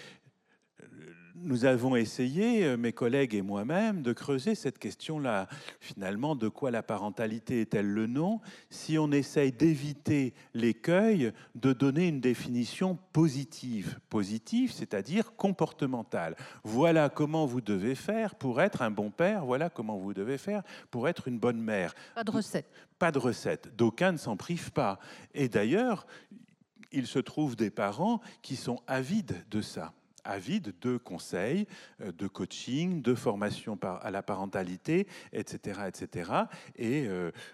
Nous avons essayé, mes collègues et moi-même, de creuser cette question-là. Finalement, de quoi la parentalité est-elle le nom? Si on essaye d'éviter l'écueil de donner une définition positive. Positive, c'est-à-dire comportementale. Voilà comment vous devez faire pour être un bon père, voilà comment vous devez faire pour être une bonne mère. Pas de recette. Pas de recette. D'aucuns ne s'en privent pas. Et d'ailleurs, il se trouve des parents qui sont avides de ça. Avides de conseils, de coaching, de formation à la parentalité, etc. etc. Et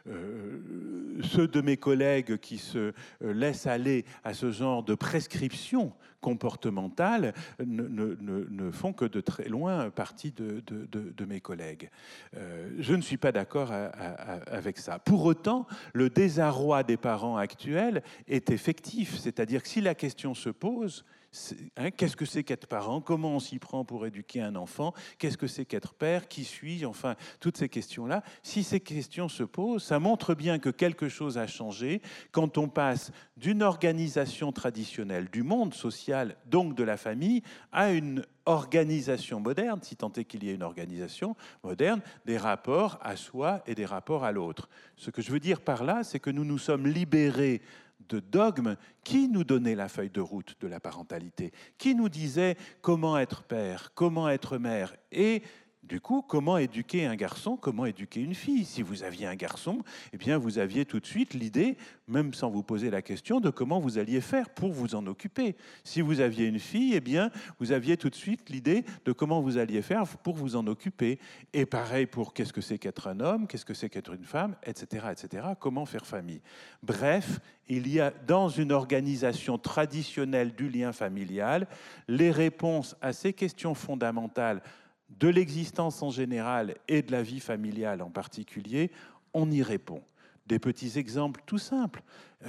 ceux de mes collègues qui se laissent aller à ce genre de prescription comportementale ne font que de très loin partie de mes collègues. Je ne suis pas d'accord avec ça. Pour autant, le désarroi des parents actuels est effectif, c'est-à-dire que si la question se pose, qu'est-ce que c'est qu'être parent? Comment on s'y prend pour éduquer un enfant? Qu'est-ce que c'est qu'être père? Qui suis-je? Enfin, toutes ces questions-là. Si ces questions se posent, ça montre bien que quelque chose a changé quand on passe d'une organisation traditionnelle du monde social, donc de la famille, à une organisation moderne, si tant est qu'il y ait une organisation moderne, des rapports à soi et des rapports à l'autre. Ce que je veux dire par là, c'est que nous nous sommes libérés de dogmes qui nous donnaient la feuille de route de la parentalité, qui nous disaient comment être père, comment être mère, et du coup, comment éduquer un garçon, comment éduquer une fille. Si vous aviez un garçon, eh bien, vous aviez tout de suite l'idée, même sans vous poser la question, de comment vous alliez faire pour vous en occuper. Si vous aviez une fille, eh bien, vous aviez tout de suite l'idée de comment vous alliez faire pour vous en occuper. Et pareil pour qu'est-ce que c'est qu'être un homme, qu'est-ce que c'est qu'être une femme, etc., etc., comment faire famille. Bref, il y a dans une organisation traditionnelle du lien familial, les réponses à ces questions fondamentales de l'existence en général et de la vie familiale en particulier, on y répond. Des petits exemples tout simples.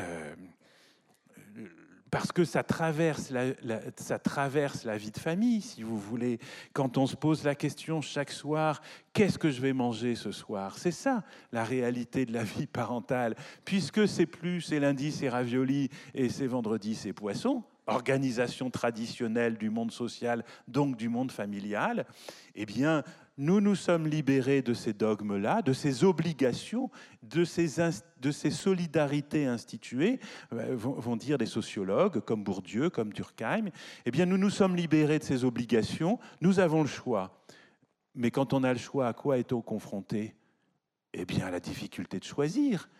Parce que ça traverse la vie de famille, si vous voulez. Quand on se pose la question chaque soir, qu'est-ce que je vais manger ce soir? C'est ça, la réalité de la vie parentale. Puisque c'est lundi, c'est ravioli, et c'est vendredi, c'est poisson, organisation traditionnelle du monde social, donc du monde familial, eh bien, nous nous sommes libérés de ces dogmes-là, de ces obligations, de ces solidarités instituées, vont dire des sociologues comme Bourdieu, comme Durkheim. Eh bien, nous nous sommes libérés de ces obligations, nous avons le choix. Mais quand on a le choix, à quoi est-on confronté? Eh bien, à la difficulté de choisir.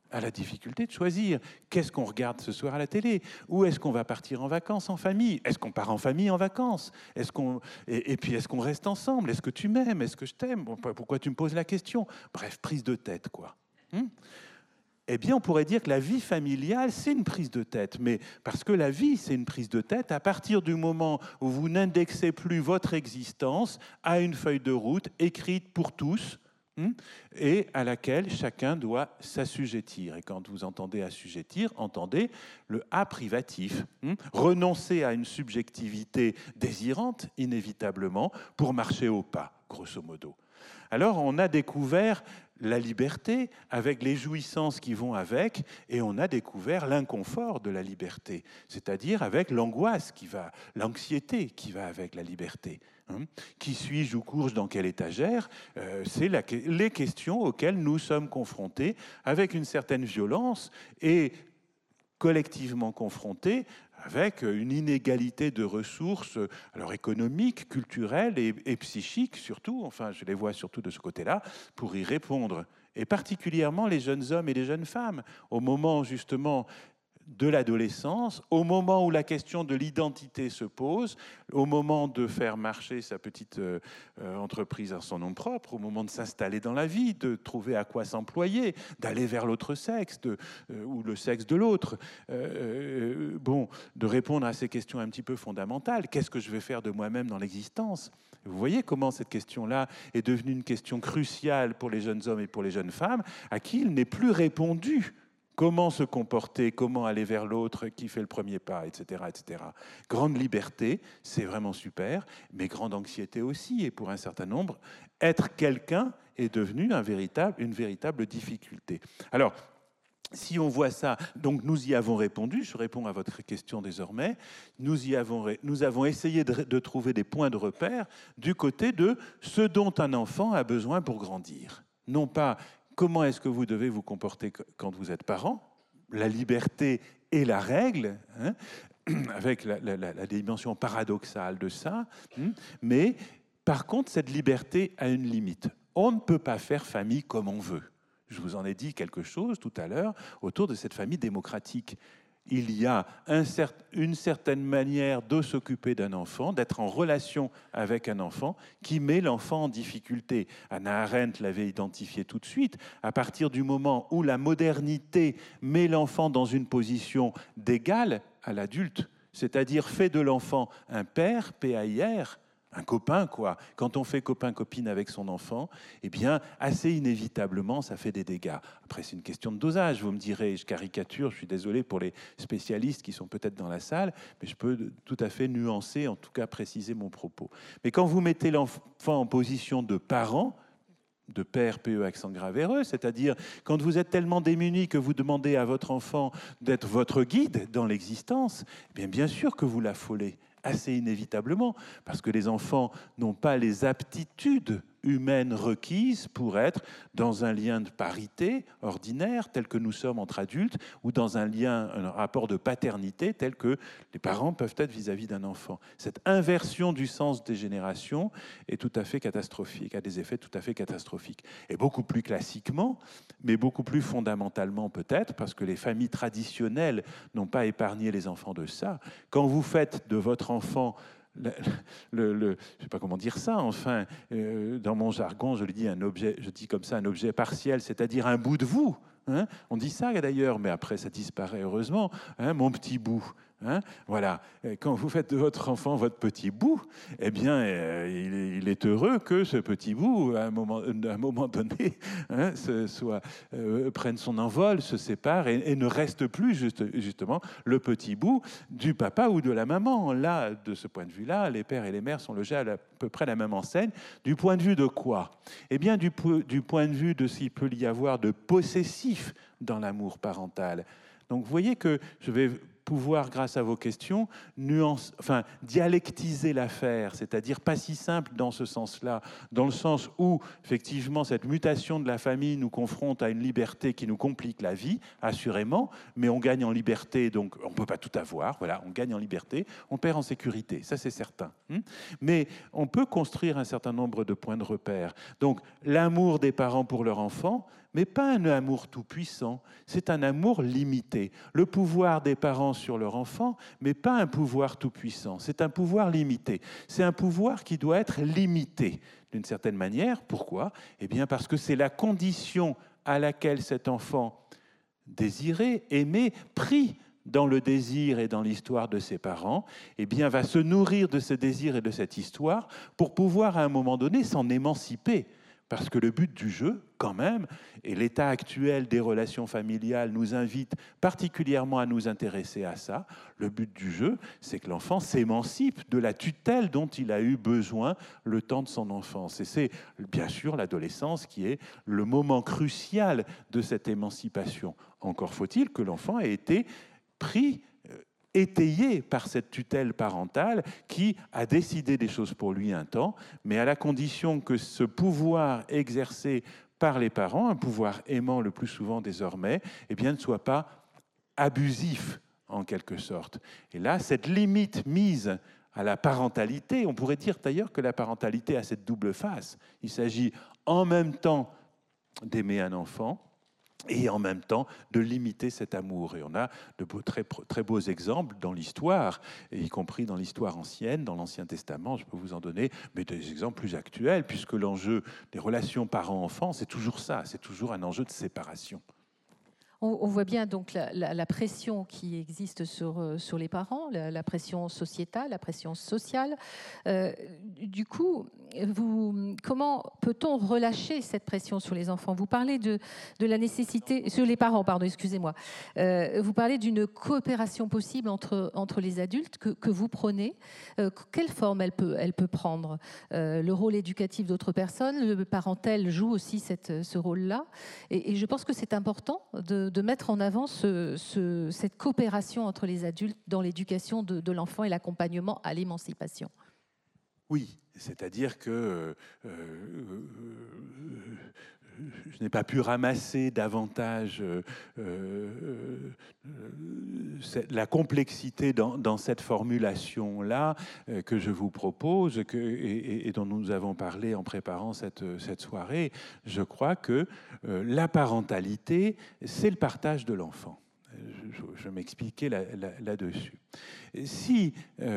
à la difficulté de choisir. Qu'est-ce qu'on regarde ce soir à la télé? Où est-ce qu'on va partir en vacances en famille? Est-ce qu'on part en famille en vacances? Et puis, est-ce qu'on reste ensemble? Est-ce que tu m'aimes? Est-ce que je t'aime? Pourquoi tu me poses la question? Bref, prise de tête, quoi. Eh bien, on pourrait dire que la vie familiale, c'est une prise de tête. Mais parce que la vie, c'est une prise de tête à partir du moment où vous n'indexez plus votre existence à une feuille de route écrite pour tous, et à laquelle chacun doit s'assujettir. Et quand vous entendez assujettir, entendez le A privatif. Renoncer à une subjectivité désirante, inévitablement, pour marcher au pas, grosso modo. Alors, on a découvert la liberté avec les jouissances qui vont avec, et on a découvert l'inconfort de la liberté, c'est-à-dire avec l'angoisse l'anxiété qui va avec la liberté. Qui suis-je, où cours-je, dans quelle étagère? C'est les questions auxquelles nous sommes confrontés avec une certaine violence et collectivement confrontés avec une inégalité de ressources, alors économiques, culturelles et psychiques surtout, enfin je les vois surtout de ce côté-là, pour y répondre. Et particulièrement les jeunes hommes et les jeunes femmes, au moment justement de l'adolescence, au moment où la question de l'identité se pose, au moment de faire marcher sa petite entreprise en son nom propre, au moment de s'installer dans la vie, de trouver à quoi s'employer, d'aller vers l'autre sexe ou le sexe de l'autre, de répondre à ces questions un petit peu fondamentales. Qu'est-ce que je vais faire de moi-même dans l'existence? Vous voyez comment cette question-là est devenue une question cruciale pour les jeunes hommes et pour les jeunes femmes, à qui il n'est plus répondu. Comment se comporter, comment aller vers l'autre, qui fait le premier pas, etc., etc. Grande liberté, c'est vraiment super, mais grande anxiété aussi. Et pour un certain nombre, être quelqu'un est devenu une véritable difficulté. Alors, si on voit ça, donc nous y avons répondu, je réponds à votre question désormais, nous avons essayé de trouver des points de repère du côté de ce dont un enfant a besoin pour grandir. Non pas comment est-ce que vous devez vous comporter quand vous êtes parent, la liberté et la règle, avec la dimension paradoxale de ça, mais par contre, cette liberté a une limite. On ne peut pas faire famille comme on veut. Je vous en ai dit quelque chose tout à l'heure autour de cette famille démocratique. Il y a une certaine manière de s'occuper d'un enfant, d'être en relation avec un enfant qui met l'enfant en difficulté. Hannah Arendt l'avait identifié tout de suite. À partir du moment où la modernité met l'enfant dans une position d'égal à l'adulte, c'est-à-dire fait de l'enfant un père, P-A-I-R, un copain, quoi. Quand on fait copain-copine avec son enfant, eh bien, assez inévitablement, ça fait des dégâts. Après, c'est une question de dosage, vous me direz, je caricature, je suis désolé pour les spécialistes qui sont peut-être dans la salle, mais je peux tout à fait nuancer, en tout cas préciser mon propos. Mais quand vous mettez l'enfant en position de parent, de père, PE, accent grave RE, c'est-à-dire quand vous êtes tellement démuni que vous demandez à votre enfant d'être votre guide dans l'existence, eh bien sûr que vous l'affolez. Assez inévitablement, parce que les enfants n'ont pas les aptitudes humaines requises pour être dans un lien de parité ordinaire tel que nous sommes entre adultes, ou dans un rapport de paternité tel que les parents peuvent être vis-à-vis d'un enfant. Cette inversion du sens des générations est tout à fait catastrophique, a des effets tout à fait catastrophiques. Et beaucoup plus classiquement, mais beaucoup plus fondamentalement peut-être, parce que les familles traditionnelles n'ont pas épargné les enfants de ça. Quand vous faites de votre enfant je ne sais pas comment dire ça, enfin, dans mon jargon, je dis comme ça un objet partiel, c'est-à-dire un bout de vous. On dit ça d'ailleurs, mais après ça disparaît heureusement, mon petit bout. Voilà. Quand vous faites de votre enfant votre petit bout, eh bien, il est heureux que ce petit bout, à un moment donné, prenne son envol, se sépare et ne reste plus justement le petit bout du papa ou de la maman. Là, de ce point de vue-là, les pères et les mères sont logés à peu près la même enseigne. Du point de vue de quoi? Eh bien, du point de vue de ce qu'il peut y avoir de possessif dans l'amour parental. Donc, vous voyez que je vais pouvoir, grâce à vos questions, dialectiser l'affaire, c'est-à-dire pas si simple dans ce sens-là, dans le sens où, effectivement, cette mutation de la famille nous confronte à une liberté qui nous complique la vie, assurément, mais on gagne en liberté, donc on ne peut pas tout avoir, voilà, on gagne en liberté, on perd en sécurité, ça c'est certain. Mais on peut construire un certain nombre de points de repère. Donc, l'amour des parents pour leur enfant, mais pas un amour tout-puissant, c'est un amour limité. Le pouvoir des parents sur leur enfant, mais pas un pouvoir tout-puissant, c'est un pouvoir limité. C'est un pouvoir qui doit être limité, d'une certaine manière. Pourquoi ? Eh bien, parce que c'est la condition à laquelle cet enfant désiré, aimé, pris dans le désir et dans l'histoire de ses parents, eh bien, va se nourrir de ce désir et de cette histoire pour pouvoir, à un moment donné, s'en émanciper. Parce que le but du jeu, quand même, et l'état actuel des relations familiales nous invite particulièrement à nous intéresser à ça, le but du jeu, c'est que l'enfant s'émancipe de la tutelle dont il a eu besoin le temps de son enfance. Et c'est bien sûr l'adolescence qui est le moment crucial de cette émancipation. Encore faut-il que l'enfant ait été pris, étayé par cette tutelle parentale qui a décidé des choses pour lui un temps, mais à la condition que ce pouvoir exercé par les parents, un pouvoir aimant le plus souvent désormais, eh bien, ne soit pas abusif en quelque sorte. Et là, cette limite mise à la parentalité, on pourrait dire d'ailleurs que la parentalité a cette double face. Il s'agit en même temps d'aimer un enfant, et en même temps de limiter cet amour. Et on a de très beaux exemples dans l'histoire, et y compris dans l'histoire ancienne, dans l'Ancien Testament, je peux vous en donner, mais des exemples plus actuels, puisque l'enjeu des relations parents-enfants, c'est toujours ça, c'est toujours un enjeu de séparation. On voit bien donc la pression qui existe sur les parents, la pression sociétale, la pression sociale. Du coup, comment peut-on relâcher cette pression sur les enfants ? Vous parlez de la nécessité, sur les parents, pardon, excusez-moi. Vous parlez d'une coopération possible entre les adultes que vous prenez. Quelle forme elle peut prendre ? Le rôle éducatif d'autres personnes, le parentel joue aussi ce rôle-là. Et je pense que c'est important de mettre en avant cette coopération entre les adultes dans l'éducation de l'enfant et l'accompagnement à l'émancipation. Oui, c'est-à-dire que je n'ai pas pu ramasser davantage la complexité dans cette formulation-là que je vous propose et dont nous avons parlé en préparant cette soirée. Je crois que la parentalité, c'est le partage de l'enfant. Je m'expliquais là-dessus. Si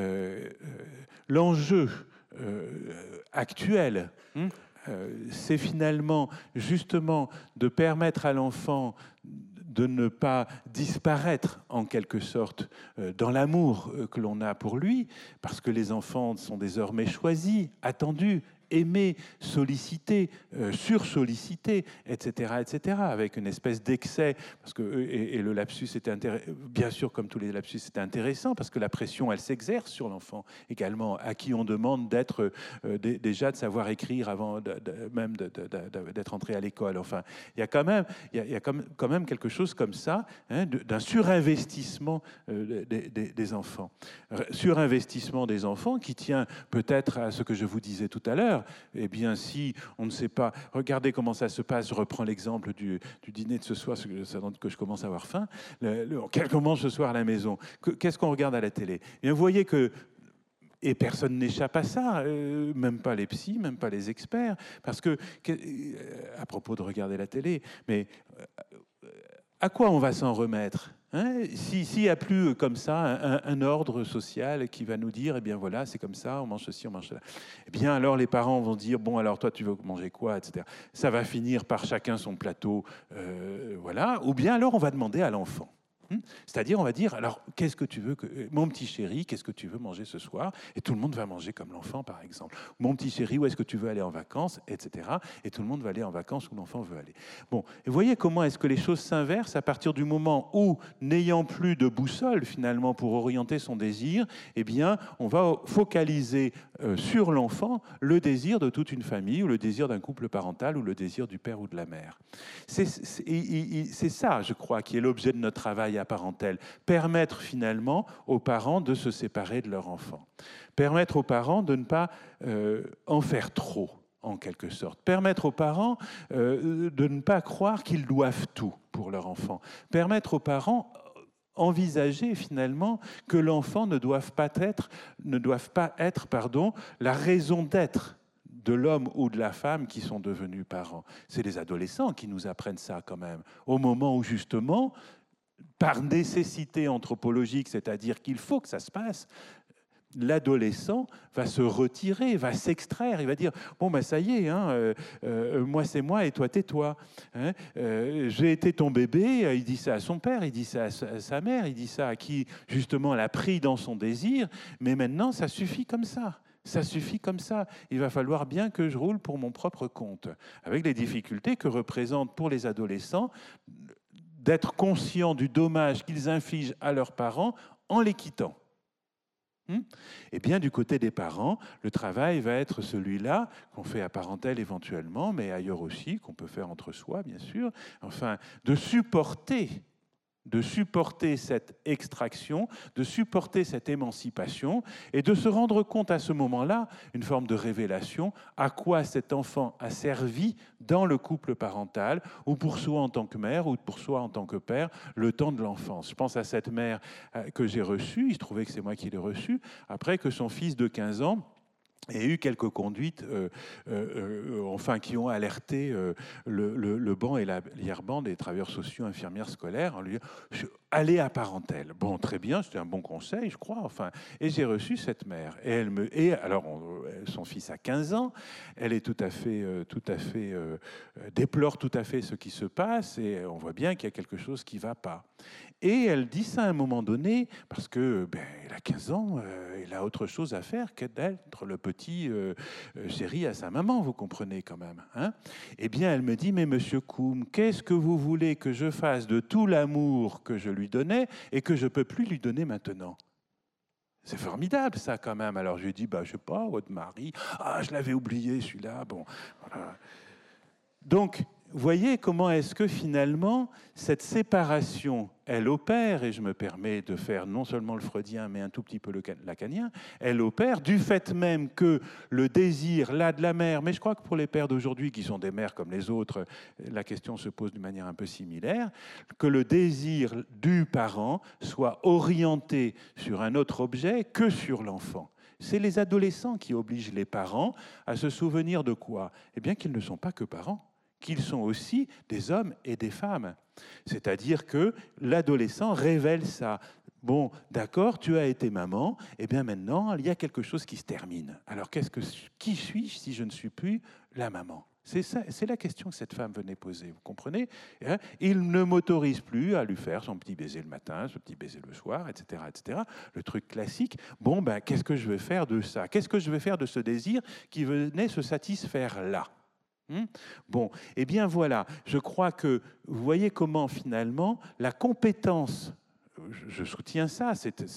l'enjeu actuel, c'est finalement justement de permettre à l'enfant de ne pas disparaître en quelque sorte dans l'amour que l'on a pour lui, parce que les enfants sont désormais choisis, attendus, aimés, sollicités, sursollicités, etc., avec une espèce d'excès, parce que et le lapsus était bien sûr, comme tous les lapsus, c'était intéressant, parce que la pression, elle s'exerce sur l'enfant également, à qui on demande d'être déjà de savoir écrire avant même d'être entré à l'école. Enfin, il y a quand même quelque chose comme ça, hein, d'un surinvestissement des enfants. Surinvestissement des enfants qui tient peut-être à ce que je vous disais tout à l'heure. Eh bien, si on ne sait pas, regardez comment ça se passe. Je reprends l'exemple du dîner de ce soir, que je commence à avoir faim. Qu'on mange ce soir à la maison. Qu'est-ce qu'on regarde à la télé ? Et vous voyez que, et personne n'échappe à ça, même pas les psys, même pas les experts, parce que, à propos de regarder la télé, mais à quoi on va s'en remettre ? Hein, s'il n'y a plus comme ça un ordre social qui va nous dire, eh bien voilà, c'est comme ça, on mange ceci, on mange cela. Eh bien alors les parents vont dire, bon alors toi tu veux manger quoi, etc. Ça va finir par chacun son plateau, voilà. Ou bien alors on va demander à l'enfant. C'est-à-dire, on va dire, alors, qu'est-ce que tu veux mon petit chéri, qu'est-ce que tu veux manger ce soir ? Et tout le monde va manger comme l'enfant, par exemple. Mon petit chéri, où est-ce que tu veux aller en vacances, etc. Et tout le monde va aller en vacances où l'enfant veut aller. Bon, et vous voyez comment est-ce que les choses s'inversent à partir du moment où, n'ayant plus de boussole, finalement, pour orienter son désir, eh bien, on va focaliser sur l'enfant le désir de toute une famille, ou le désir d'un couple parental, ou le désir du père ou de la mère. C'est ça, je crois, qui est l'objet de notre travail apparentèle, permettre finalement aux parents de se séparer de leur enfant, permettre aux parents de ne pas en faire trop, en quelque sorte, permettre aux parents de ne pas croire qu'ils doivent tout pour leur enfant, permettre aux parents envisager finalement que l'enfant ne doive pas être la raison d'être de l'homme ou de la femme qui sont devenus parents. C'est les adolescents qui nous apprennent ça quand même, au moment où justement, par nécessité anthropologique, c'est-à-dire qu'il faut que ça se passe, l'adolescent va se retirer, va s'extraire, il va dire « Bon, ben ça y est, hein, moi c'est moi et toi t'es toi. Hein, j'ai été ton bébé », il dit ça à son père, il dit ça à sa mère, il dit ça à qui justement l'a pris dans son désir, mais maintenant ça suffit comme ça. Ça suffit comme ça. Il va falloir bien que je roule pour mon propre compte, avec les difficultés que représente pour les adolescents d'être conscients du dommage qu'ils infligent à leurs parents en les quittant. Eh bien, du côté des parents, le travail va être celui-là, qu'on fait à parentèle éventuellement, mais ailleurs aussi, qu'on peut faire entre soi, bien sûr, enfin, de supporter cette extraction, de supporter cette émancipation et de se rendre compte à ce moment-là, une forme de révélation, à quoi cet enfant a servi dans le couple parental, ou pour soi en tant que mère, ou pour soi en tant que père, le temps de l'enfance. Je pense à cette mère que j'ai reçue, il se trouvait que c'est moi qui l'ai reçue, après que son fils de 15 ans et eu quelques conduites qui ont alerté le banc et l'arrière-ban des travailleurs sociaux, infirmières scolaires, en lui disant « Allez à parentèle ». Bon, très bien, c'était un bon conseil, je crois. Enfin, et j'ai reçu cette mère. Son fils a 15 ans, elle est déplore tout à fait ce qui se passe, et on voit bien qu'il y a quelque chose qui ne va pas. Et elle dit ça à un moment donné, parce que elle a 15 ans, elle a autre chose à faire que d'être le petit chéri à sa maman, vous comprenez quand même. Hein, eh bien, elle me dit, mais monsieur Koum, qu'est-ce que vous voulez que je fasse de tout l'amour que je lui donnais et que je ne peux plus lui donner maintenant ? C'est formidable, ça, quand même. Alors, je lui ai dit, je sais pas, votre mari, je l'avais oublié, celui-là, bon, voilà. Donc, voyez comment est-ce que finalement, cette séparation, elle opère, et je me permets de faire non seulement le freudien, mais un tout petit peu le lacanien, elle opère du fait même que le désir, là, de la mère, mais je crois que pour les pères d'aujourd'hui, qui sont des mères comme les autres, la question se pose d'une manière un peu similaire, que le désir du parent soit orienté sur un autre objet que sur l'enfant. C'est les adolescents qui obligent les parents à se souvenir de quoi ? Eh bien, qu'ils ne sont pas que parents, qu'ils sont aussi des hommes et des femmes. C'est-à-dire que l'adolescent révèle ça. Bon, d'accord, tu as été maman, et bien maintenant, il y a quelque chose qui se termine. Alors, qui suis-je si je ne suis plus la maman ? C'est la question que cette femme venait poser, vous comprenez ? Il ne m'autorise plus à lui faire son petit baiser le matin, son petit baiser le soir, etc., etc. Le truc classique. Bon, qu'est-ce que je vais faire de ça ? Qu'est-ce que je vais faire de ce désir qui venait se satisfaire là ? Bon, eh bien voilà, je crois que vous voyez comment finalement la compétence, je soutiens ça,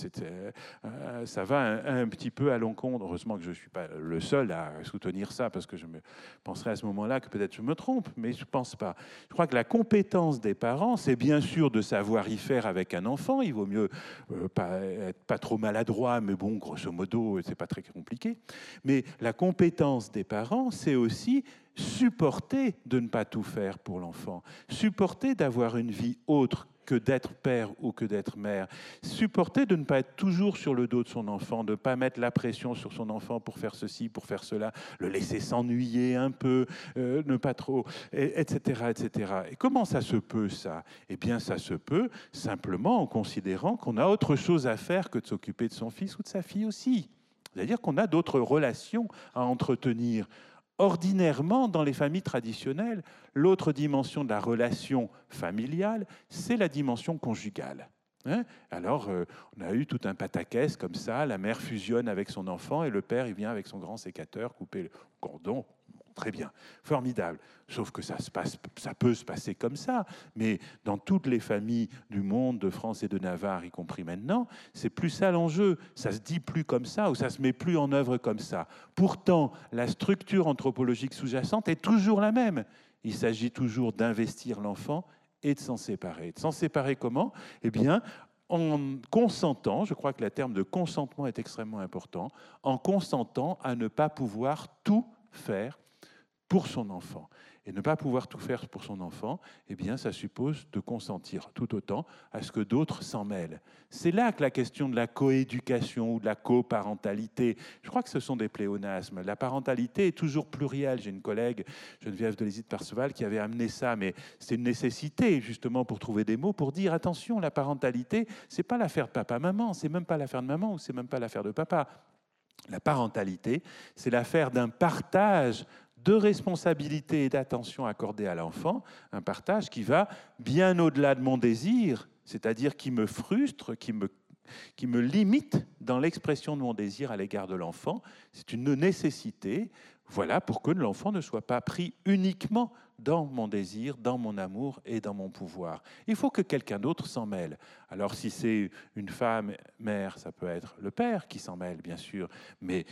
ça va un petit peu à l'encontre, heureusement que je ne suis pas le seul à soutenir ça, parce que je me penserais à ce moment-là que peut-être je me trompe, mais je ne pense pas. Je crois que la compétence des parents, c'est bien sûr de savoir y faire avec un enfant, il vaut mieux être pas trop maladroit, mais bon, grosso modo, c'est pas très compliqué, mais la compétence des parents, c'est aussi supporter de ne pas tout faire pour l'enfant, supporter d'avoir une vie autre que d'être père ou que d'être mère, supporter de ne pas être toujours sur le dos de son enfant, de ne pas mettre la pression sur son enfant pour faire ceci, pour faire cela, le laisser s'ennuyer un peu, ne pas trop, etc., etc. Et comment ça se peut, ça ? Eh bien, ça se peut simplement en considérant qu'on a autre chose à faire que de s'occuper de son fils ou de sa fille aussi. C'est-à-dire qu'on a d'autres relations à entretenir. Ordinairement, dans les familles traditionnelles, l'autre dimension de la relation familiale, c'est la dimension conjugale. Alors, on a eu tout un pataquès comme ça, la mère fusionne avec son enfant et le père, il vient avec son grand sécateur couper le cordon. Très bien, formidable. Sauf que ça peut se passer comme ça, mais dans toutes les familles du monde, de France et de Navarre, y compris maintenant, c'est plus ça l'enjeu. Ça se dit plus comme ça, ou ça se met plus en œuvre comme ça. Pourtant, la structure anthropologique sous-jacente est toujours la même. Il s'agit toujours d'investir l'enfant et de s'en séparer. De s'en séparer comment? Eh bien, en consentant, je crois que le terme de consentement est extrêmement important, en consentant à ne pas pouvoir tout faire pour son enfant. Et ne pas pouvoir tout faire pour son enfant, eh bien, ça suppose de consentir tout autant à ce que d'autres s'en mêlent. C'est là que la question de la coéducation ou de la coparentalité, je crois que ce sont des pléonasmes. La parentalité est toujours plurielle. J'ai une collègue, Geneviève Delisle-Perceval, qui avait amené ça, mais c'est une nécessité, justement, pour trouver des mots, pour dire, attention, la parentalité, c'est pas l'affaire de papa-maman, c'est même pas l'affaire de maman, ou c'est même pas l'affaire de papa. La parentalité, c'est l'affaire d'un partage de responsabilité et d'attention accordée à l'enfant, un partage qui va bien au-delà de mon désir, c'est-à-dire qui me frustre, qui me limite dans l'expression de mon désir à l'égard de l'enfant. C'est une nécessité, voilà, pour que l'enfant ne soit pas pris uniquement dans mon désir, dans mon amour et dans mon pouvoir. Il faut que quelqu'un d'autre s'en mêle. Alors si c'est une femme, mère, ça peut être le père qui s'en mêle, bien sûr, mais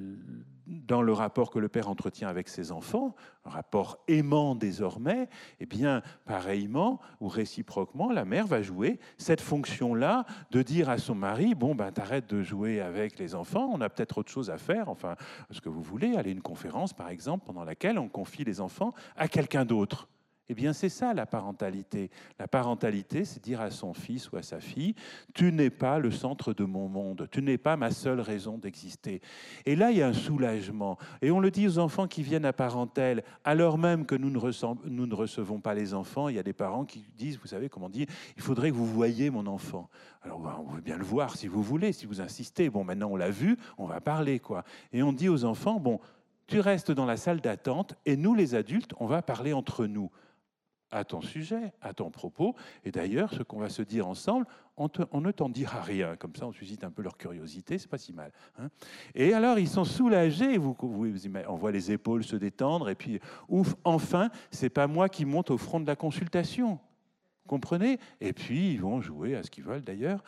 dans le rapport que le père entretient avec ses enfants, un rapport aimant désormais, eh bien, pareillement ou réciproquement, la mère va jouer cette fonction-là de dire à son mari, bon, ben, t'arrêtes de jouer avec les enfants, on a peut-être autre chose à faire, enfin, ce que vous voulez, aller à une conférence, par exemple, pendant laquelle on confie les enfants à quelqu'un d'autre. Eh bien, c'est ça la parentalité. La parentalité, c'est dire à son fils ou à sa fille, tu n'es pas le centre de mon monde, tu n'es pas ma seule raison d'exister. Et là, il y a un soulagement. Et on le dit aux enfants qui viennent à Parentèle, alors même que nous ne recevons pas les enfants, il y a des parents qui disent, vous savez comment dire, il faudrait que vous voyiez mon enfant. Alors, on veut bien le voir si vous voulez, si vous insistez. Bon, maintenant on l'a vu, on va parler, quoi. Et on dit aux enfants, bon, tu restes dans la salle d'attente et nous, les adultes, on va parler entre nous. À ton sujet, à ton propos. Et d'ailleurs, ce qu'on va se dire ensemble, on ne t'en dira rien. Comme ça, on suscite un peu leur curiosité, c'est pas si mal. Hein. Et alors, ils sont soulagés. On voit les épaules se détendre. Et puis, ouf, enfin, c'est pas moi qui monte au front de la consultation. Comprenez? Et puis, ils vont jouer à ce qu'ils veulent d'ailleurs.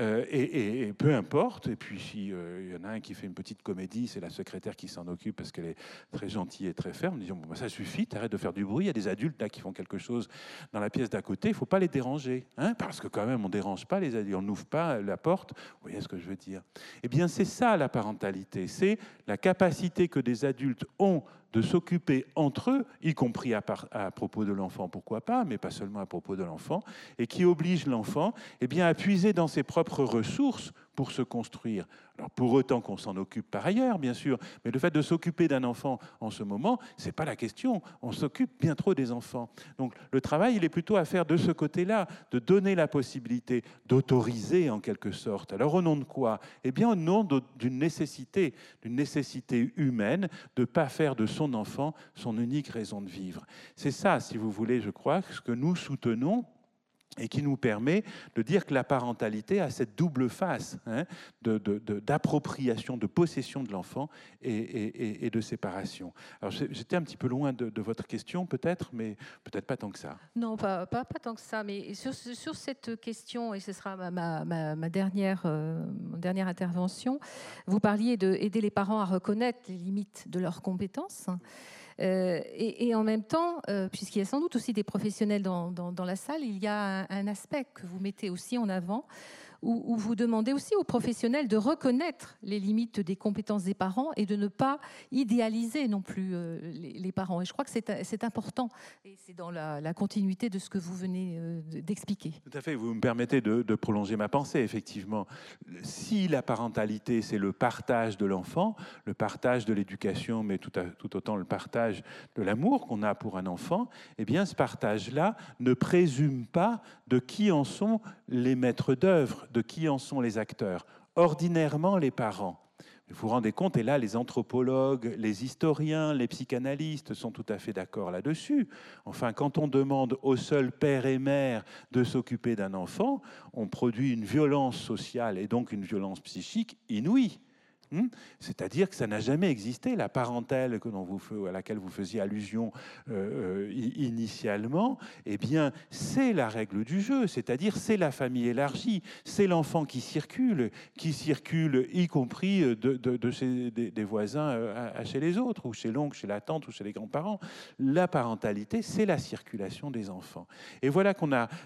Et peu importe. Et puis, s'il y en a un qui fait une petite comédie, c'est la secrétaire qui s'en occupe parce qu'elle est très gentille et très ferme. Disons, bon, ça suffit, t'arrêtes de faire du bruit. Il y a des adultes là qui font quelque chose dans la pièce d'à côté. Il ne faut pas les déranger. Hein, parce que quand même, on ne dérange pas les adultes. On n'ouvre pas la porte. Vous voyez ce que je veux dire? Eh bien, c'est ça la parentalité. C'est la capacité que des adultes ont de s'occuper entre eux, y compris à propos de l'enfant, pourquoi pas, mais pas seulement à propos de l'enfant, et qui oblige l'enfant eh bien, à puiser dans ses propres ressources pour se construire. Alors pour autant qu'on s'en occupe par ailleurs, bien sûr, mais le fait de s'occuper d'un enfant en ce moment, c'est pas la question. On s'occupe bien trop des enfants. Donc le travail, il est plutôt à faire de ce côté-là, de donner la possibilité d'autoriser en quelque sorte. Alors au nom de quoi? Eh bien au nom d'une nécessité humaine de ne pas faire de son enfant son unique raison de vivre. C'est ça, si vous voulez, je crois, ce que nous soutenons et qui nous permet de dire que la parentalité a cette double face hein, d'appropriation, de possession de l'enfant et de séparation. Alors j'étais un petit peu loin de votre question peut-être, mais peut-être pas tant que ça. Non, pas tant que ça, mais sur cette question, et ce sera ma dernière intervention, vous parliez d'aider les parents à reconnaître les limites de leurs compétences. Et en même temps, puisqu'il y a sans doute aussi des professionnels dans la salle, il y a un aspect que vous mettez aussi en avant, où vous demandez aussi aux professionnels de reconnaître les limites des compétences des parents et de ne pas idéaliser non plus les parents. Et je crois que c'est important, et c'est dans la continuité de ce que vous venez d'expliquer. Tout à fait, vous me permettez de prolonger ma pensée, effectivement. Si la parentalité, c'est le partage de l'enfant, le partage de l'éducation, mais tout autant le partage de l'amour qu'on a pour un enfant, eh bien ce partage-là ne présume pas de qui en sont les maîtres d'œuvre, de qui en sont les acteurs. Ordinairement, les parents. Vous vous rendez compte, et là, les anthropologues, les historiens, les psychanalystes sont tout à fait d'accord là-dessus. Enfin, quand on demande aux seuls pères et mères de s'occuper d'un enfant, on produit une violence sociale et donc une violence psychique inouïe. C'est-à-dire que ça n'a jamais existé. La parentèle à laquelle vous faisiez allusion initialement, eh bien, c'est la règle du jeu. C'est-à-dire, c'est la famille élargie. C'est l'enfant qui circule, y compris des voisins chez les autres, ou chez l'oncle, chez la tante, ou chez les grands-parents. La parentalité, c'est la circulation des enfants. Et voilà qu'on a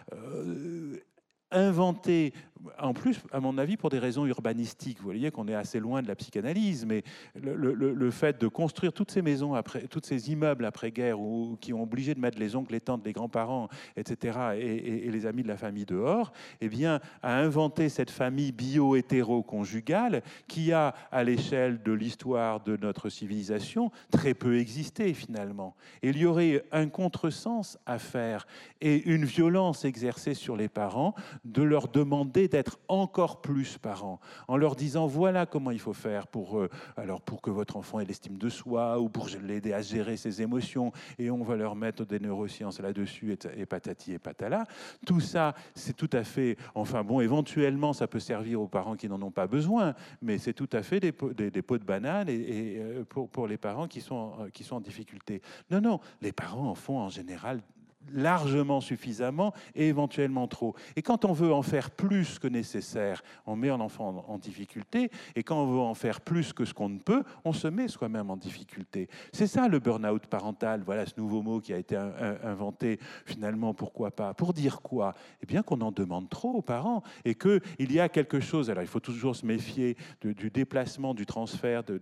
inventé, en plus, à mon avis, pour des raisons urbanistiques. Vous voyez qu'on est assez loin de la psychanalyse, mais le fait de construire toutes ces maisons, tous ces immeubles après-guerre qui ont obligé de mettre les oncles, les tantes, les grands-parents, etc., et les amis de la famille dehors, eh bien, a inventé cette famille bio-hétéro-conjugale qui a, à l'échelle de l'histoire de notre civilisation, très peu existé, finalement. Et il y aurait un contresens à faire et une violence exercée sur les parents de leur demander d'être encore plus parents, en leur disant voilà comment il faut faire pour que votre enfant ait l'estime de soi, ou pour l'aider à gérer ses émotions, et on va leur mettre des neurosciences là-dessus, et patati et patala. Tout ça, c'est tout à fait... Enfin bon, éventuellement, ça peut servir aux parents qui n'en ont pas besoin, mais c'est tout à fait des pots de banane pour les parents qui sont en difficulté. Non, les parents en font en général largement suffisamment et éventuellement trop. Et quand on veut en faire plus que nécessaire, on met un enfant en difficulté, et quand on veut en faire plus que ce qu'on ne peut, on se met soi-même en difficulté. C'est ça le burn-out parental, voilà ce nouveau mot qui a été inventé finalement, pourquoi pas? Pour dire quoi? Eh bien qu'on en demande trop aux parents, et qu'il y a quelque chose, alors il faut toujours se méfier du déplacement, du transfert de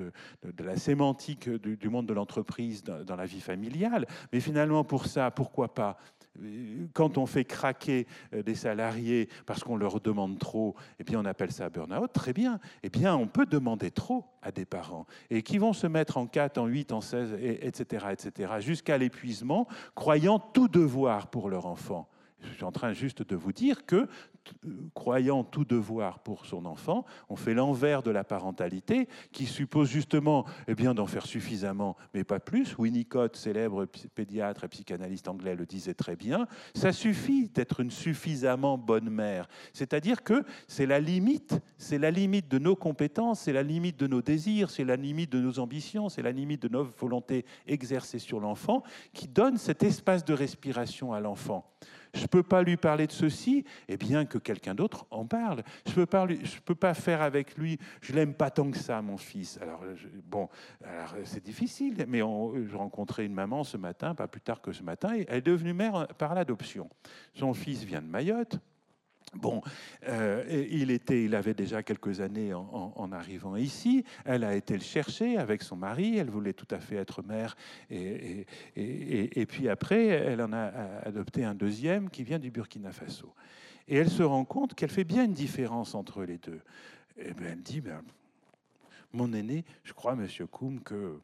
la sémantique du monde de l'entreprise dans la vie familiale, mais finalement pour ça, pourquoi pas? Quand on fait craquer des salariés parce qu'on leur demande trop, eh bien on appelle ça burn-out, très bien. Eh bien on peut demander trop à des parents, et qui vont se mettre en 4, en 8, en 16, etc., jusqu'à l'épuisement, croyant tout devoir pour leur enfant. Je suis en train juste de vous dire que, croyant tout devoir pour son enfant, on fait l'envers de la parentalité, qui suppose justement d'en faire suffisamment, mais pas plus. Winnicott, célèbre pédiatre et psychanalyste anglais, le disait très bien. Ça suffit d'être une suffisamment bonne mère. C'est-à-dire que c'est la limite de nos compétences, c'est la limite de nos désirs, c'est la limite de nos ambitions, c'est la limite de nos volontés exercées sur l'enfant qui donne cet espace de respiration à l'enfant. Je ne peux pas lui parler de ceci, et bien que quelqu'un d'autre en parle. Je peux pas faire avec lui, je l'aime pas tant que ça, mon fils. Alors c'est difficile, mais je rencontrais une maman ce matin, pas plus tard que ce matin, et elle est devenue mère par l'adoption. Son fils vient de Mayotte. Bon, il avait déjà quelques années en arrivant ici. Elle a été le chercher avec son mari. Elle voulait tout à fait être mère. Et puis après, elle en a adopté un deuxième qui vient du Burkina Faso. Et elle se rend compte qu'elle fait bien une différence entre les deux. Et bien, elle dit, mon aîné, je crois, Monsieur Koum, que...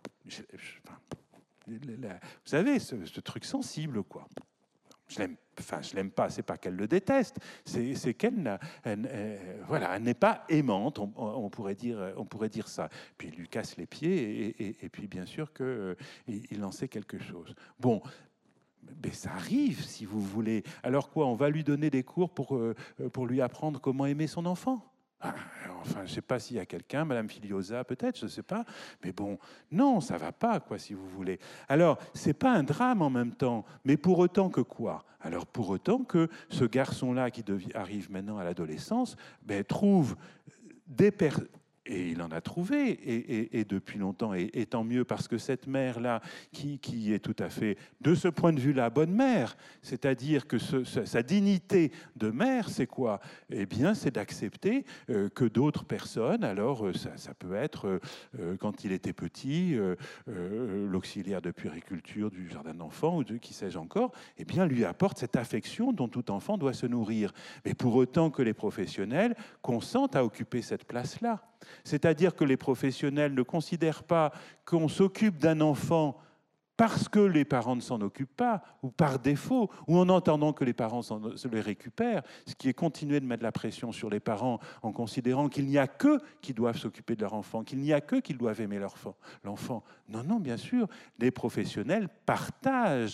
vous savez, ce truc sensible, quoi. Je l'aime pas, c'est pas qu'elle le déteste, c'est qu'elle elle n'est pas aimante, on pourrait dire ça. Puis il lui casse les pieds, et puis bien sûr qu'il en sait quelque chose. Bon, mais ça arrive, si vous voulez. Alors quoi, on va lui donner des cours pour lui apprendre comment aimer son enfant? Enfin, je ne sais pas s'il y a quelqu'un, Madame Filiosa peut-être, je ne sais pas, mais bon, non, ça ne va pas, quoi, si vous voulez. Alors, ce n'est pas un drame en même temps, mais pour autant que quoi? Alors, pour autant que ce garçon-là qui arrive maintenant à l'adolescence, trouve des personnes... Et il en a trouvé, et depuis longtemps, et tant mieux, parce que cette mère-là, qui est tout à fait, de ce point de vue-là, bonne mère, c'est-à-dire que sa dignité de mère, c'est quoi? Eh bien, c'est d'accepter que d'autres personnes, alors ça peut être, quand il était petit, l'auxiliaire de puériculture du jardin d'enfants, ou de qui sais-je encore, eh bien, lui apporte cette affection dont tout enfant doit se nourrir. Mais pour autant que les professionnels consentent à occuper cette place-là. C'est-à-dire que les professionnels ne considèrent pas qu'on s'occupe d'un enfant parce que les parents ne s'en occupent pas, ou par défaut, ou en entendant que les parents se les récupèrent, ce qui est continuer de mettre la pression sur les parents en considérant qu'il n'y a qu'eux qui doivent s'occuper de leur enfant, qu'il n'y a qu'eux qui doivent aimer l'enfant. Non, bien sûr, les professionnels partagent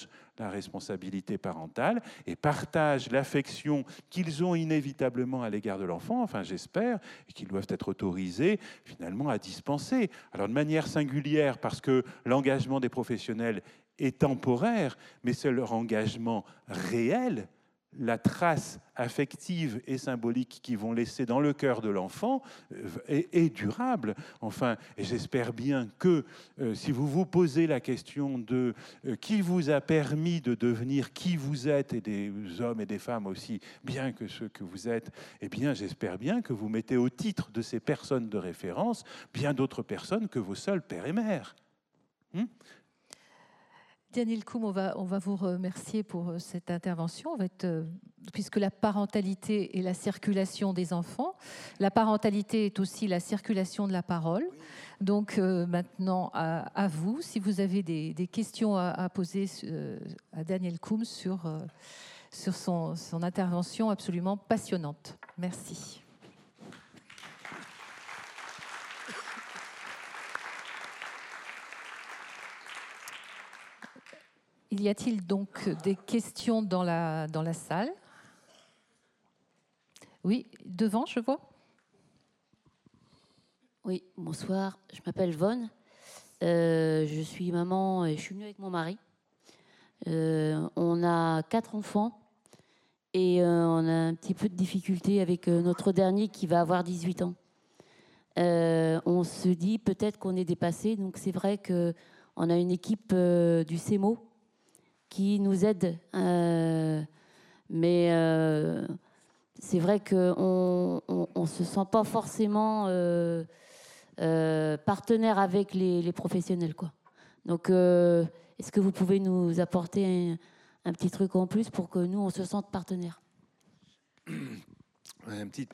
la responsabilité parentale et partagent l'affection qu'ils ont inévitablement à l'égard de l'enfant, enfin j'espère, et qu'ils doivent être autorisés finalement à dispenser. Alors de manière singulière, parce que l'engagement des professionnels est temporaire, mais c'est leur engagement réel, la trace affective et symbolique qu'ils vont laisser dans le cœur de l'enfant est durable. Enfin, et j'espère bien que si vous vous posez la question de qui vous a permis de devenir qui vous êtes, et des hommes et des femmes aussi bien que ceux que vous êtes, eh bien, j'espère bien que vous mettez au titre de ces personnes de référence bien d'autres personnes que vos seuls pères et mères. Diane Ilkoum, on va vous remercier pour cette intervention. Puisque la parentalité est la circulation des enfants, la parentalité est aussi la circulation de la parole. Donc maintenant, à vous, si vous avez des questions à poser à Diane Ilkoum sur son intervention absolument passionnante. Merci. Y a-t-il donc des questions dans la salle? Oui, devant, je vois. Oui, bonsoir. Je m'appelle Vonne. Je suis maman et je suis venue avec mon mari. On a 4 enfants et on a un petit peu de difficulté avec notre dernier qui va avoir 18 ans. On se dit peut-être qu'on est dépassé. Donc c'est vrai qu'on a une équipe du CEMO qui nous aide. Mais c'est vrai qu'on ne se sent pas forcément partenaire avec les professionnels, quoi. Donc, est-ce que vous pouvez nous apporter un petit truc en plus pour que nous, on se sente partenaire? Un petit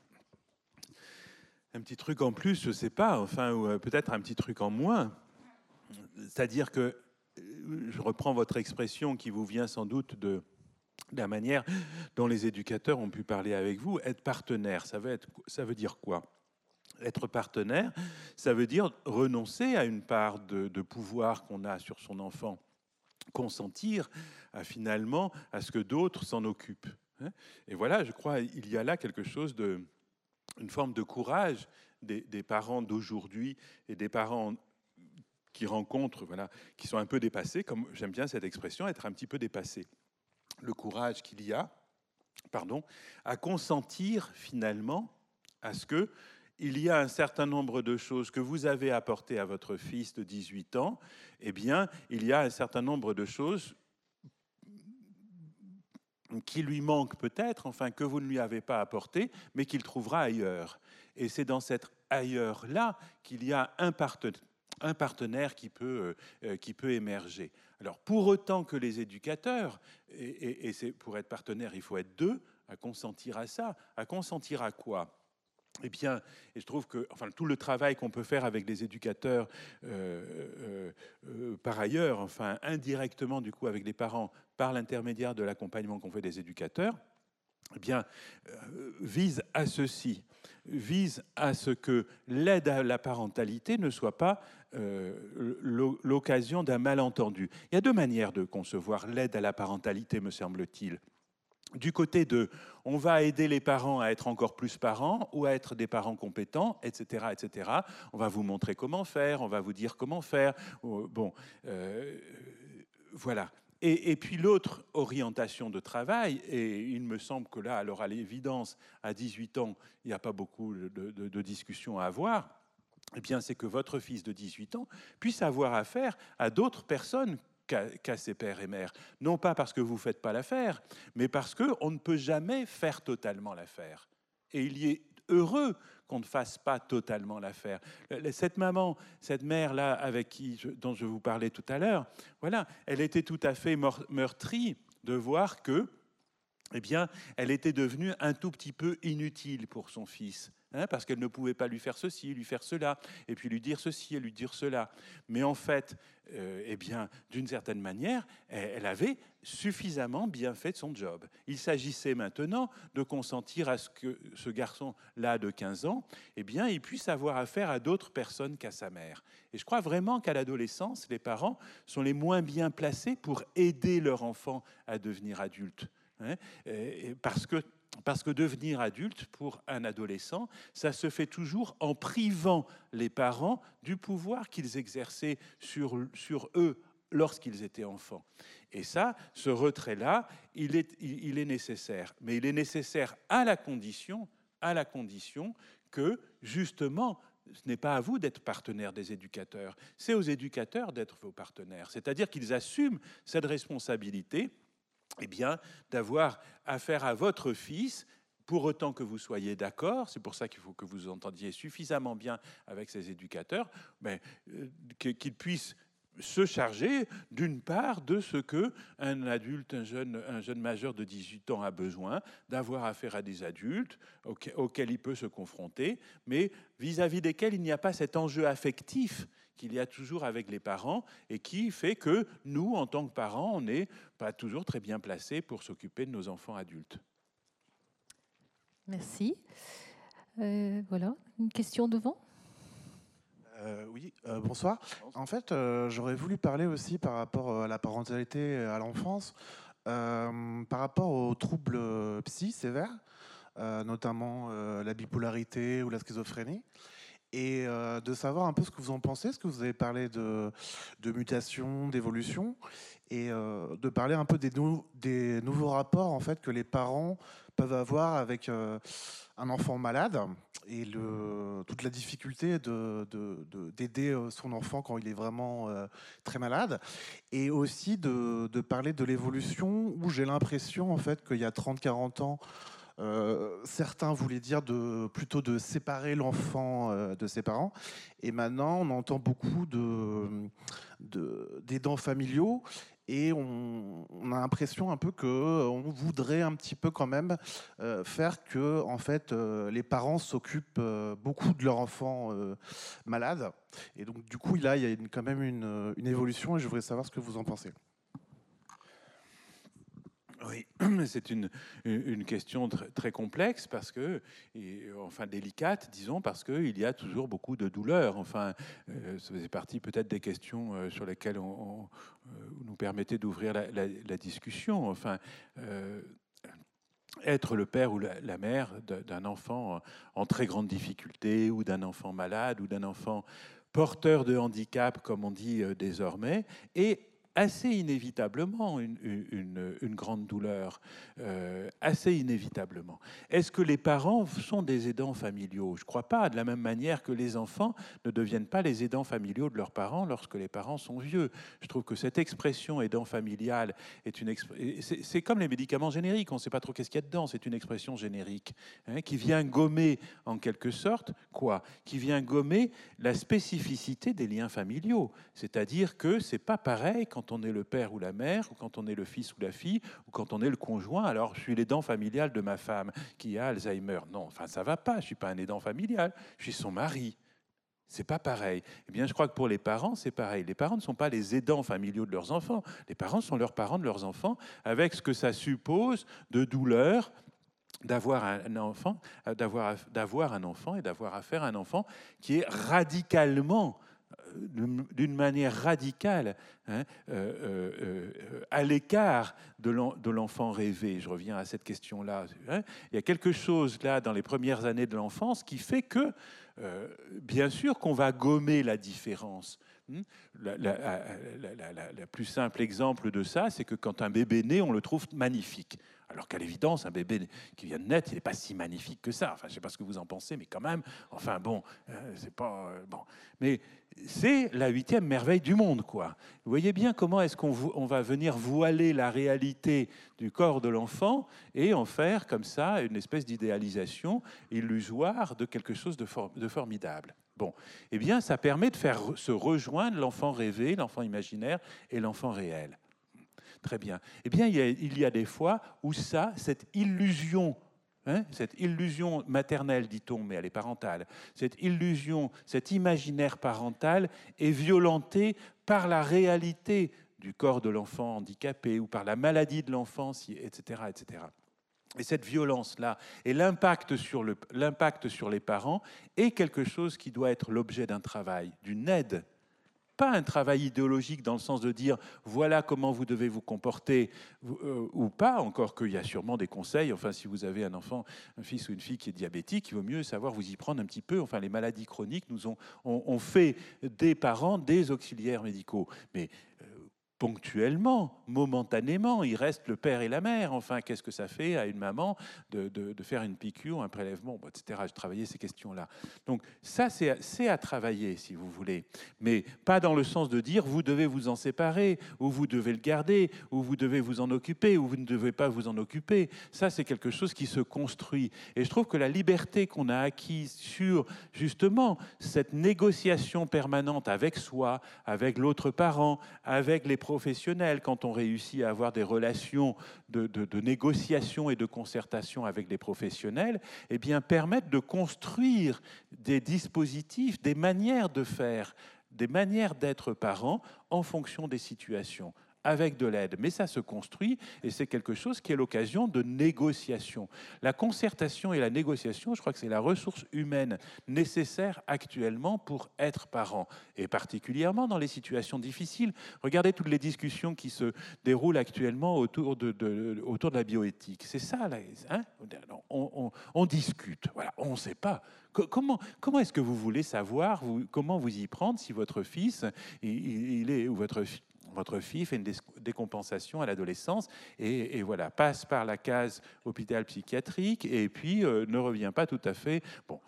truc en plus, je ne sais pas, enfin, ou peut-être un petit truc en moins. C'est-à-dire que, je reprends votre expression qui vous vient sans doute de la manière dont les éducateurs ont pu parler avec vous. Être partenaire, ça veut dire quoi? Être partenaire, ça veut dire renoncer à une part de pouvoir qu'on a sur son enfant, consentir finalement à ce que d'autres s'en occupent. Et voilà, je crois il y a là quelque chose une forme de courage des parents d'aujourd'hui et des parents qui rencontrent, voilà, qui sont un peu dépassés, comme j'aime bien cette expression, être un petit peu dépassé. Le courage qu'il y a, à consentir finalement à ce que il y a un certain nombre de choses que vous avez apportées à votre fils de 18 ans, eh bien, il y a un certain nombre de choses qui lui manquent peut-être, enfin, que vous ne lui avez pas apportées, mais qu'il trouvera ailleurs. Et c'est dans cet ailleurs-là qu'il y a un partenaire qui peut émerger. Alors, pour autant que les éducateurs, et c'est, pour être partenaire, il faut être 2, à consentir à ça. À consentir à quoi? Eh bien, et je trouve que enfin, tout le travail qu'on peut faire avec les éducateurs, par ailleurs, enfin, indirectement du coup avec les parents, par l'intermédiaire de l'accompagnement qu'on fait des éducateurs, eh bien, vise à ceci, vise à ce que l'aide à la parentalité ne soit pas l'occasion d'un malentendu. Il y a 2 manières de concevoir l'aide à la parentalité, me semble-t-il. Du côté de « on va aider les parents à être encore plus parents ou à être des parents compétents, etc. etc. » On va vous montrer comment faire, on va vous dire comment faire. Bon, voilà. Et puis l'autre orientation de travail, et il me semble que là, alors à l'évidence, à 18 ans, il n'y a pas beaucoup de discussions à avoir, eh bien, c'est que votre fils de 18 ans puisse avoir affaire à d'autres personnes qu'à ses pères et mères. Non pas parce que vous ne faites pas l'affaire, mais parce qu'on ne peut jamais faire totalement l'affaire. Et il y est heureux qu'on ne fasse pas totalement l'affaire. Cette maman, cette mère-là dont je vous parlais tout à l'heure, voilà, elle était tout à fait meurtrie de voir que eh bien, elle était devenue un tout petit peu inutile pour son fils, parce qu'elle ne pouvait pas lui faire ceci, lui faire cela, et puis lui dire ceci et lui dire cela. Mais en fait, eh bien, d'une certaine manière, elle avait suffisamment bien fait son job. Il s'agissait maintenant de consentir à ce que ce garçon-là de 15 ans, eh bien, il puisse avoir affaire à d'autres personnes qu'à sa mère. Et je crois vraiment qu'à l'adolescence, les parents sont les moins bien placés pour aider leur enfant à devenir adulte. Parce que devenir adulte, pour un adolescent, ça se fait toujours en privant les parents du pouvoir qu'ils exerçaient sur eux lorsqu'ils étaient enfants. Et ça, ce retrait-là, il est nécessaire. Mais il est nécessaire à la condition que, justement, ce n'est pas à vous d'être partenaire des éducateurs, c'est aux éducateurs d'être vos partenaires. C'est-à-dire qu'ils assument cette responsabilité, eh bien, d'avoir affaire à votre fils, pour autant que vous soyez d'accord. C'est pour ça qu'il faut que vous entendiez suffisamment bien avec ces éducateurs, mais qu'ils puissent se charger, d'une part, de ce qu'un adulte, un jeune majeur de 18 ans a besoin, d'avoir affaire à des adultes auxquels il peut se confronter, mais vis-à-vis desquels il n'y a pas cet enjeu affectif qu'il y a toujours avec les parents et qui fait que nous, en tant que parents, on n'est pas toujours très bien placés pour s'occuper de nos enfants adultes. Merci. Voilà, une question devant. Oui, bonsoir. En fait, j'aurais voulu parler aussi par rapport à la parentalité à l'enfance, par rapport aux troubles psy sévères, notamment la bipolarité ou la schizophrénie, et de savoir un peu ce que vous en pensez, ce que vous avez parlé de mutation, d'évolution, et de parler un peu des nouveaux rapports en fait, que les parents peuvent avoir avec un enfant malade, et toute la difficulté d'aider son enfant quand il est vraiment très malade, et aussi de parler de l'évolution où j'ai l'impression en fait qu'il y a 30-40 ans, certains voulaient dire plutôt de séparer l'enfant de ses parents, et maintenant on entend beaucoup d'aidants familiaux, et on a l'impression un peu qu'on voudrait un petit peu quand même faire que en fait, les parents s'occupent beaucoup de leur enfant malade. Et donc du coup, là, il y a quand même une évolution, et je voudrais savoir ce que vous en pensez. Oui, c'est une question très complexe parce que, enfin délicate, disons, parce qu'il y a toujours beaucoup de douleurs. Enfin, ça faisait partie peut-être des questions sur lesquelles on nous permettait d'ouvrir la discussion. Enfin, être le père ou la mère d'un enfant en très grande difficulté, ou d'un enfant malade, ou d'un enfant porteur de handicap, comme on dit désormais, et assez inévitablement une grande douleur, assez inévitablement. Est-ce que les parents sont des aidants familiaux? Je ne crois pas, de la même manière que les enfants ne deviennent pas les aidants familiaux de leurs parents lorsque les parents sont vieux. Je trouve que cette expression aidant familial c'est comme les médicaments génériques, on ne sait pas trop qu'est-ce qu'il y a dedans, c'est une expression générique qui vient gommer en quelque sorte quoi? Qui vient gommer la spécificité des liens familiaux, c'est-à-dire que c'est pas pareil quand on est le père ou la mère, ou quand on est le fils ou la fille, ou quand on est le conjoint. Alors, je suis l'aidant familial de ma femme qui a Alzheimer. Non, enfin, ça va pas. Je suis pas un aidant familial. Je suis son mari. C'est pas pareil. Eh bien, je crois que pour les parents, c'est pareil. Les parents ne sont pas les aidants familiaux de leurs enfants. Les parents sont leurs parents de leurs enfants, avec ce que ça suppose de douleur d'avoir un enfant, d'avoir un enfant et d'avoir affaire à un enfant qui est radicalement, d'une manière radicale, à l'écart de l'enfant rêvé. Je reviens à cette question-là. Il y a quelque chose là dans les premières années de l'enfance qui fait que, bien sûr, qu'on va gommer la différence. Le plus simple exemple de ça, c'est que quand un bébé naît, on le trouve magnifique. Alors qu'à l'évidence, un bébé qui vient de naître, il n'est pas si magnifique que ça. Enfin, je ne sais pas ce que vous en pensez, mais quand même, enfin bon, c'est pas bon. Mais c'est la 8e merveille du monde, quoi. Vous voyez bien comment est-ce qu'on va venir voiler la réalité du corps de l'enfant et en faire comme ça une espèce d'idéalisation illusoire de quelque chose de formidable. Bon, eh bien, ça permet de faire se rejoindre l'enfant rêvé, l'enfant imaginaire et l'enfant réel. Très bien. Eh bien, il y a des fois où cette illusion maternelle, dit-on, mais elle est parentale, cette illusion, cet imaginaire parental est violenté par la réalité du corps de l'enfant handicapé ou par la maladie de l'enfant, etc., etc. Et cette violence-là et l'impact sur les parents est quelque chose qui doit être l'objet d'un travail, d'une aide. Pas un travail idéologique dans le sens de dire voilà comment vous devez vous comporter ou pas, encore qu'il y a sûrement des conseils. Enfin, si vous avez un enfant, un fils ou une fille qui est diabétique, il vaut mieux savoir vous y prendre un petit peu. Enfin, les maladies chroniques nous ont fait des parents des auxiliaires médicaux. Mais ponctuellement, momentanément, il reste le père et la mère. Enfin, qu'est-ce que ça fait à une maman de faire une piqûre, un prélèvement, etc. Je travaillais ces questions-là. Donc ça, c'est à travailler, si vous voulez. Mais pas dans le sens de dire vous devez vous en séparer, ou vous devez le garder, ou vous devez vous en occuper, ou vous ne devez pas vous en occuper. Ça, c'est quelque chose qui se construit. Et je trouve que la liberté qu'on a acquise sur, justement, cette négociation permanente avec soi, avec l'autre parent, avec les professionnels, quand on réussit à avoir des relations de négociation et de concertation avec des professionnels, eh bien, permettent de construire des dispositifs, des manières de faire, des manières d'être parent en fonction des situations, avec de l'aide. Mais ça se construit et c'est quelque chose qui est l'occasion de négociation. La concertation et la négociation, je crois que c'est la ressource humaine nécessaire actuellement pour être parent, et particulièrement dans les situations difficiles. Regardez toutes les discussions qui se déroulent actuellement autour de la bioéthique. C'est ça, là, hein, on discute, voilà, on ne sait pas. Comment est-ce que vous voulez savoir comment vous y prendre si votre fils ou votre fille fait une décompensation à l'adolescence et voilà, passe par la case hôpital psychiatrique et puis ne revient pas tout à fait. Bon,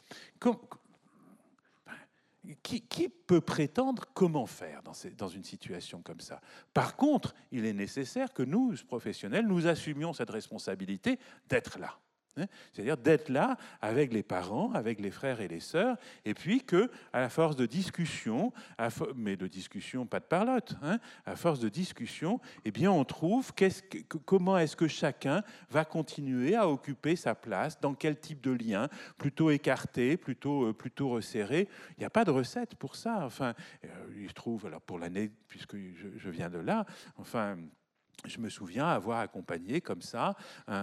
qui peut prétendre comment faire dans une situation comme ça? Par contre, il est nécessaire que nous, professionnels, nous assumions cette responsabilité d'être là. C'est-à-dire d'être là avec les parents, avec les frères et les sœurs, et puis que, à la force de discussion, mais de discussion, pas de parlotte, à force de discussion, eh bien, on trouve comment est-ce que chacun va continuer à occuper sa place, dans quel type de lien, plutôt écarté, plutôt resserré. Il n'y a pas de recette pour ça. Enfin, il se trouve, alors pour l'année, puisque je viens de là, enfin. Je me souviens avoir accompagné comme ça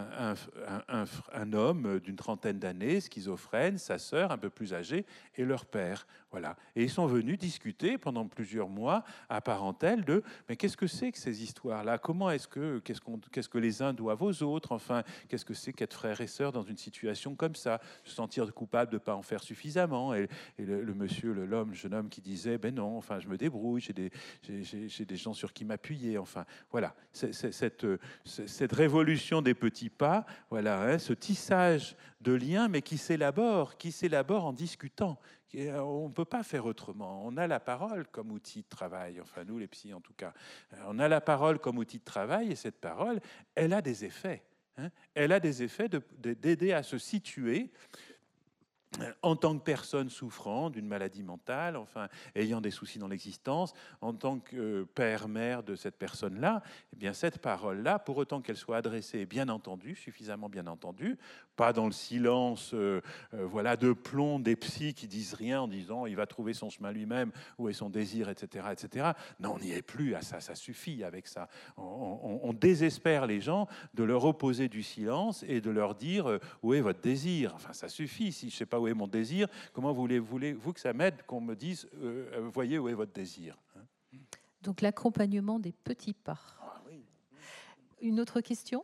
un homme d'une trentaine d'années, schizophrène, sa sœur un peu plus âgée et leur père. Voilà. Et ils sont venus discuter pendant plusieurs mois à Parentèle de mais qu'est-ce que c'est que ces histoires-là? Qu'est-ce que les uns doivent aux autres? Enfin, qu'est-ce que c'est qu'être frère et sœur dans une situation comme ça? Se sentir coupable de ne pas en faire suffisamment. Et le monsieur, le jeune homme qui disait ben non, enfin je me débrouille, j'ai des gens sur qui m'appuyer. Enfin, voilà. Cette révolution des petits pas, voilà, ce tissage de liens, mais qui s'élabore en discutant. On ne peut pas faire autrement. On a la parole comme outil de travail, enfin nous les psys en tout cas. On a la parole comme outil de travail et cette parole, elle a des effets. Elle a des effets d'aider à se situer en tant que personne souffrant d'une maladie mentale, enfin ayant des soucis dans l'existence, en tant que père, mère de cette personne-là, eh bien cette parole-là, pour autant qu'elle soit adressée, bien entendu, suffisamment bien entendue, pas dans le silence, voilà, de plomb des psys qui disent rien en disant il va trouver son chemin lui-même, où est son désir, etc., etc. Non, on n'y est plus à ça, ça suffit avec ça. On désespère les gens de leur opposer du silence et de leur dire où est votre désir. Enfin, ça suffit. Si je ne sais pas où est mon désir, comment voulez-vous que ça m'aide qu'on me dise voyez où est votre désir? Donc l'accompagnement des petits pas. Ah, oui. Une autre question?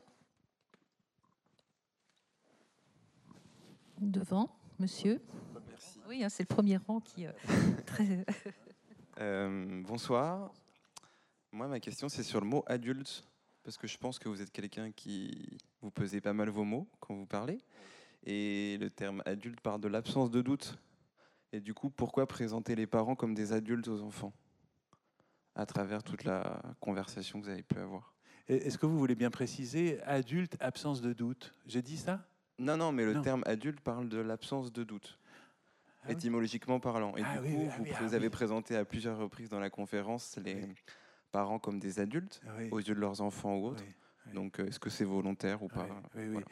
Devant, monsieur. Merci. Oui, c'est le premier rang qui très. Bonsoir. Moi, ma question, c'est sur le mot adulte, parce que je pense que vous êtes quelqu'un qui vous pesez pas mal vos mots quand vous parlez. Et le terme adulte parle de l'absence de doute. Et du coup, pourquoi présenter les parents comme des adultes aux enfants à travers toute la conversation que vous avez pu avoir? Est-ce que vous voulez bien préciser adulte, absence de doute? J'ai dit ça? Non, mais le terme adulte parle de l'absence de doute, étymologiquement parlant. Et du coup, vous avez présenté à plusieurs reprises dans la conférence les parents comme des adultes Oui. aux yeux de leurs enfants ou autres. Oui. Donc, est-ce que c'est volontaire ou pas? Oui, oui. Voilà.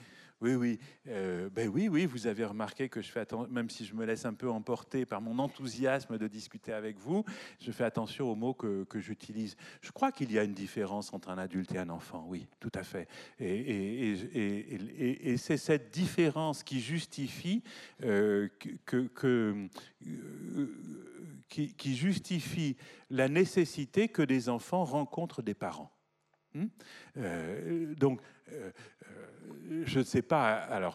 Oui, vous avez remarqué que je fais attention, même si je me laisse un peu emporter par mon enthousiasme de discuter avec vous, je fais attention aux mots que j'utilise. Je crois qu'il y a une différence entre un adulte et un enfant, oui, tout à fait. Et c'est cette différence qui justifie qui justifie la nécessité que des enfants rencontrent des parents. Je ne sais pas. Alors,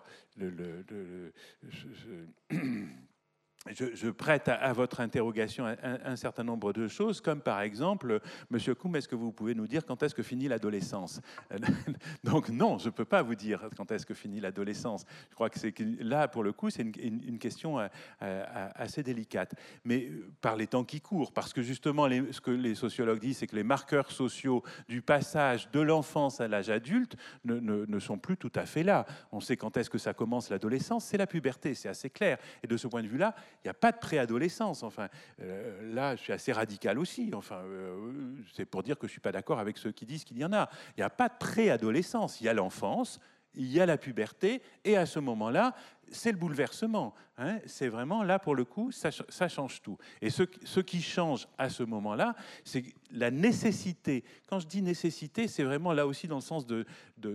je prête à votre interrogation un certain nombre de choses, comme par exemple, Monsieur Koum, est-ce que vous pouvez nous dire quand est-ce que finit l'adolescence? Donc non, je ne peux pas vous dire quand est-ce que finit l'adolescence. Je crois que là, pour le coup, c'est une question assez délicate. Mais par les temps qui courent, parce que justement, ce que les sociologues disent, c'est que les marqueurs sociaux du passage de l'enfance à l'âge adulte ne sont plus tout à fait là. On sait quand est-ce que ça commence l'adolescence, c'est la puberté, c'est assez clair. Et de ce point de vue-là, il n'y a pas de préadolescence. Enfin, là, je suis assez radical aussi. Enfin, c'est pour dire que je ne suis pas d'accord avec ceux qui disent qu'il y en a. Il n'y a pas de préadolescence. Il y a l'enfance, il y a la puberté, et à ce moment-là, c'est le bouleversement. Hein. C'est vraiment, là, pour le coup, ça change tout. Et ce qui change à ce moment-là, c'est la nécessité. Quand je dis nécessité, c'est vraiment là aussi dans le sens de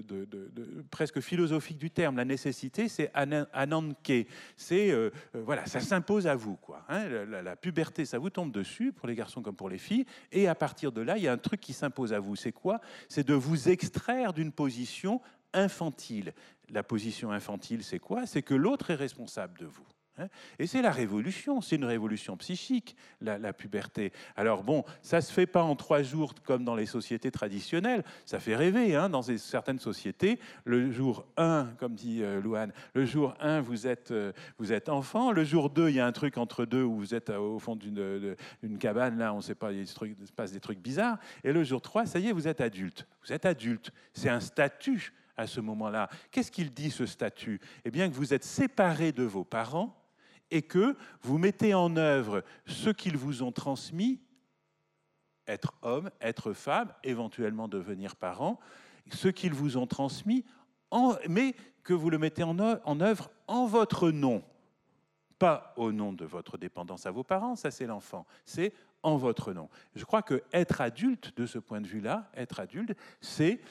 presque philosophique du terme. La nécessité, c'est ananke. C'est, voilà, ça s'impose à vous, quoi. Hein. La puberté, ça vous tombe dessus, pour les garçons comme pour les filles. Et à partir de là, il y a un truc qui s'impose à vous. C'est quoi? C'est de vous extraire d'une position infantile. La position infantile, c'est quoi? C'est que l'autre est responsable de vous. Et c'est la révolution, c'est une révolution psychique, la puberté. Alors bon, ça ne se fait pas en 3 jours comme dans les sociétés traditionnelles, ça fait rêver, hein, dans certaines sociétés. Le jour 1, comme dit Louane, le jour 1, vous êtes enfant, le jour 2, il y a un truc entre deux où vous êtes au fond d'une cabane, là, on ne sait pas, il se passe des trucs bizarres, et le jour 3, ça y est, vous êtes adulte. Vous êtes adulte, c'est un statut à ce moment-là. Qu'est-ce qu'il dit, ce statut? Eh bien, que vous êtes séparés de vos parents et que vous mettez en œuvre ce qu'ils vous ont transmis, être homme, être femme, éventuellement devenir parent, ce qu'ils vous ont transmis, mais que vous le mettez en œuvre en votre nom. Pas au nom de votre dépendance à vos parents, ça c'est l'enfant, c'est en votre nom. Je crois que être adulte, de ce point de vue-là, être adulte, c'est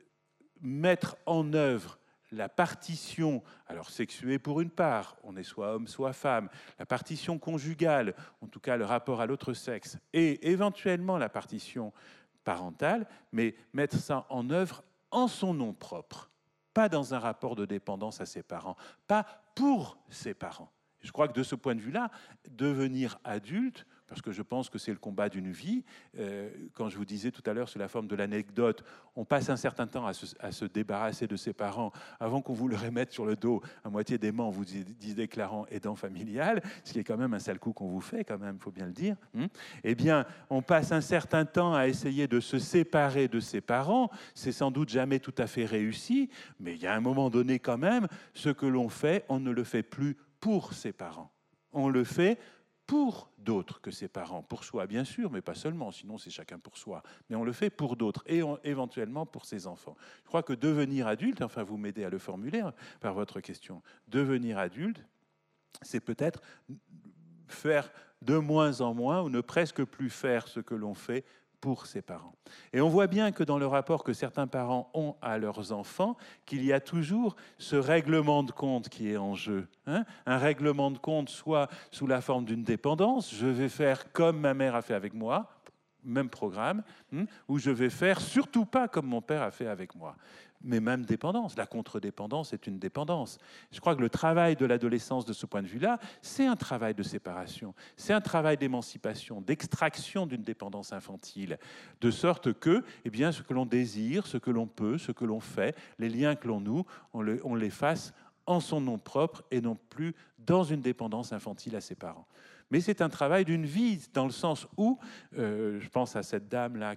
mettre en œuvre la partition, alors sexuée pour une part, on est soit homme, soit femme, la partition conjugale, en tout cas le rapport à l'autre sexe, et éventuellement la partition parentale, mais mettre ça en œuvre en son nom propre, pas dans un rapport de dépendance à ses parents, pas pour ses parents. Je crois que de ce point de vue-là, devenir adulte, parce que je pense que c'est le combat d'une vie. Quand je vous disais tout à l'heure sous la forme de l'anecdote, on passe un certain temps à se débarrasser de ses parents avant qu'on vous le remette sur le dos à moitié dément, vous déclarant aidant familial, ce qui est quand même un sale coup qu'on vous fait, quand même, il faut bien le dire. Eh bien, on passe un certain temps à essayer de se séparer de ses parents. C'est sans doute jamais tout à fait réussi, mais il y a un moment donné quand même, ce que l'on fait, on ne le fait plus pour ses parents. On le fait pour d'autres que ses parents, pour soi bien sûr, mais pas seulement, sinon c'est chacun pour soi, mais on le fait pour d'autres et éventuellement pour ses enfants. Je crois que devenir adulte, enfin vous m'aidez à le formuler par votre question, devenir adulte, c'est peut-être faire de moins en moins ou ne presque plus faire ce que l'on fait pour ses parents. Et on voit bien que dans le rapport que certains parents ont à leurs enfants, qu'il y a toujours ce règlement de compte qui est en jeu. Un règlement de compte soit sous la forme d'une dépendance, je vais faire comme ma mère a fait avec moi, même programme, ou je vais faire surtout pas comme mon père a fait avec moi. Mais même dépendance, la contre-dépendance est une dépendance. Je crois que le travail de l'adolescence de ce point de vue-là, c'est un travail de séparation, c'est un travail d'émancipation, d'extraction d'une dépendance infantile, de sorte que, eh bien, ce que l'on désire, ce que l'on peut, ce que l'on fait, les liens que l'on noue, on les fasse en son nom propre et non plus dans une dépendance infantile à ses parents. Mais c'est un travail d'une vie, dans le sens où, je pense à cette dame-là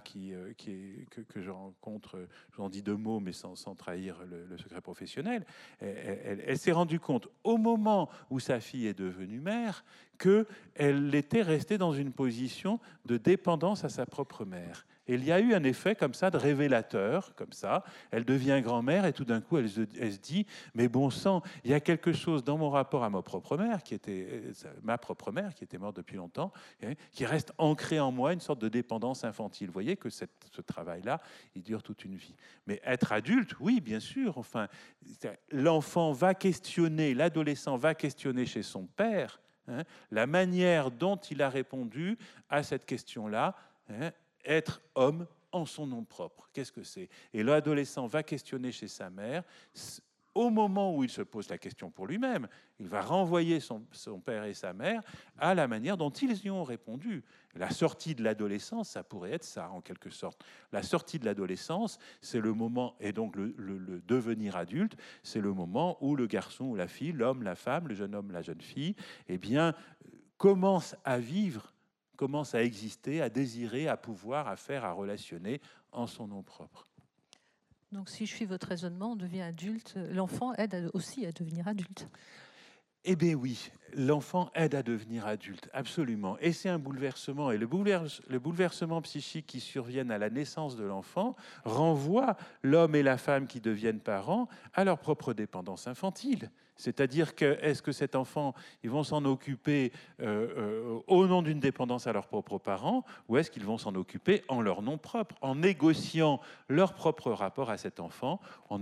que je rencontre, je vous en dis 2 mots, mais sans trahir le secret professionnel, elle s'est rendue compte, au moment où sa fille est devenue mère, qu'elle était restée dans une position de dépendance à sa propre mère. Et il y a eu un effet comme ça de révélateur, comme ça. Elle devient grand-mère et tout d'un coup, elle se dit, mais bon sang, il y a quelque chose dans mon rapport à ma propre mère, qui était morte depuis longtemps, qui reste ancré en moi, une sorte de dépendance infantile. Vous voyez que ce travail-là, il dure toute une vie. Mais être adulte, oui, bien sûr. Enfin, l'enfant va questionner, l'adolescent va questionner chez son père la manière dont il a répondu à cette question-là, être homme en son nom propre. Qu'est-ce que c'est? Et l'adolescent va questionner chez sa mère. Au moment où il se pose la question pour lui-même, il va renvoyer son père et sa mère à la manière dont ils y ont répondu. La sortie de l'adolescence, ça pourrait être ça, en quelque sorte. La sortie de l'adolescence, c'est le moment, et donc le devenir adulte, c'est le moment où le garçon ou la fille, l'homme, la femme, le jeune homme, la jeune fille, eh bien, commence à vivre, commence à exister, à désirer, à pouvoir, à faire, à relationner en son nom propre. Donc, si je suis votre raisonnement, on devient adulte. L'enfant aide aussi à devenir adulte. Eh bien oui, l'enfant aide à devenir adulte, absolument. Et c'est un bouleversement. Et le bouleversement psychique qui survient à la naissance de l'enfant renvoie l'homme et la femme qui deviennent parents à leur propre dépendance infantile. C'est-à-dire que, est-ce que cet enfant, ils vont s'en occuper au nom d'une dépendance à leurs propres parents, ou est-ce qu'ils vont s'en occuper en leur nom propre, en négociant leur propre rapport à cet enfant,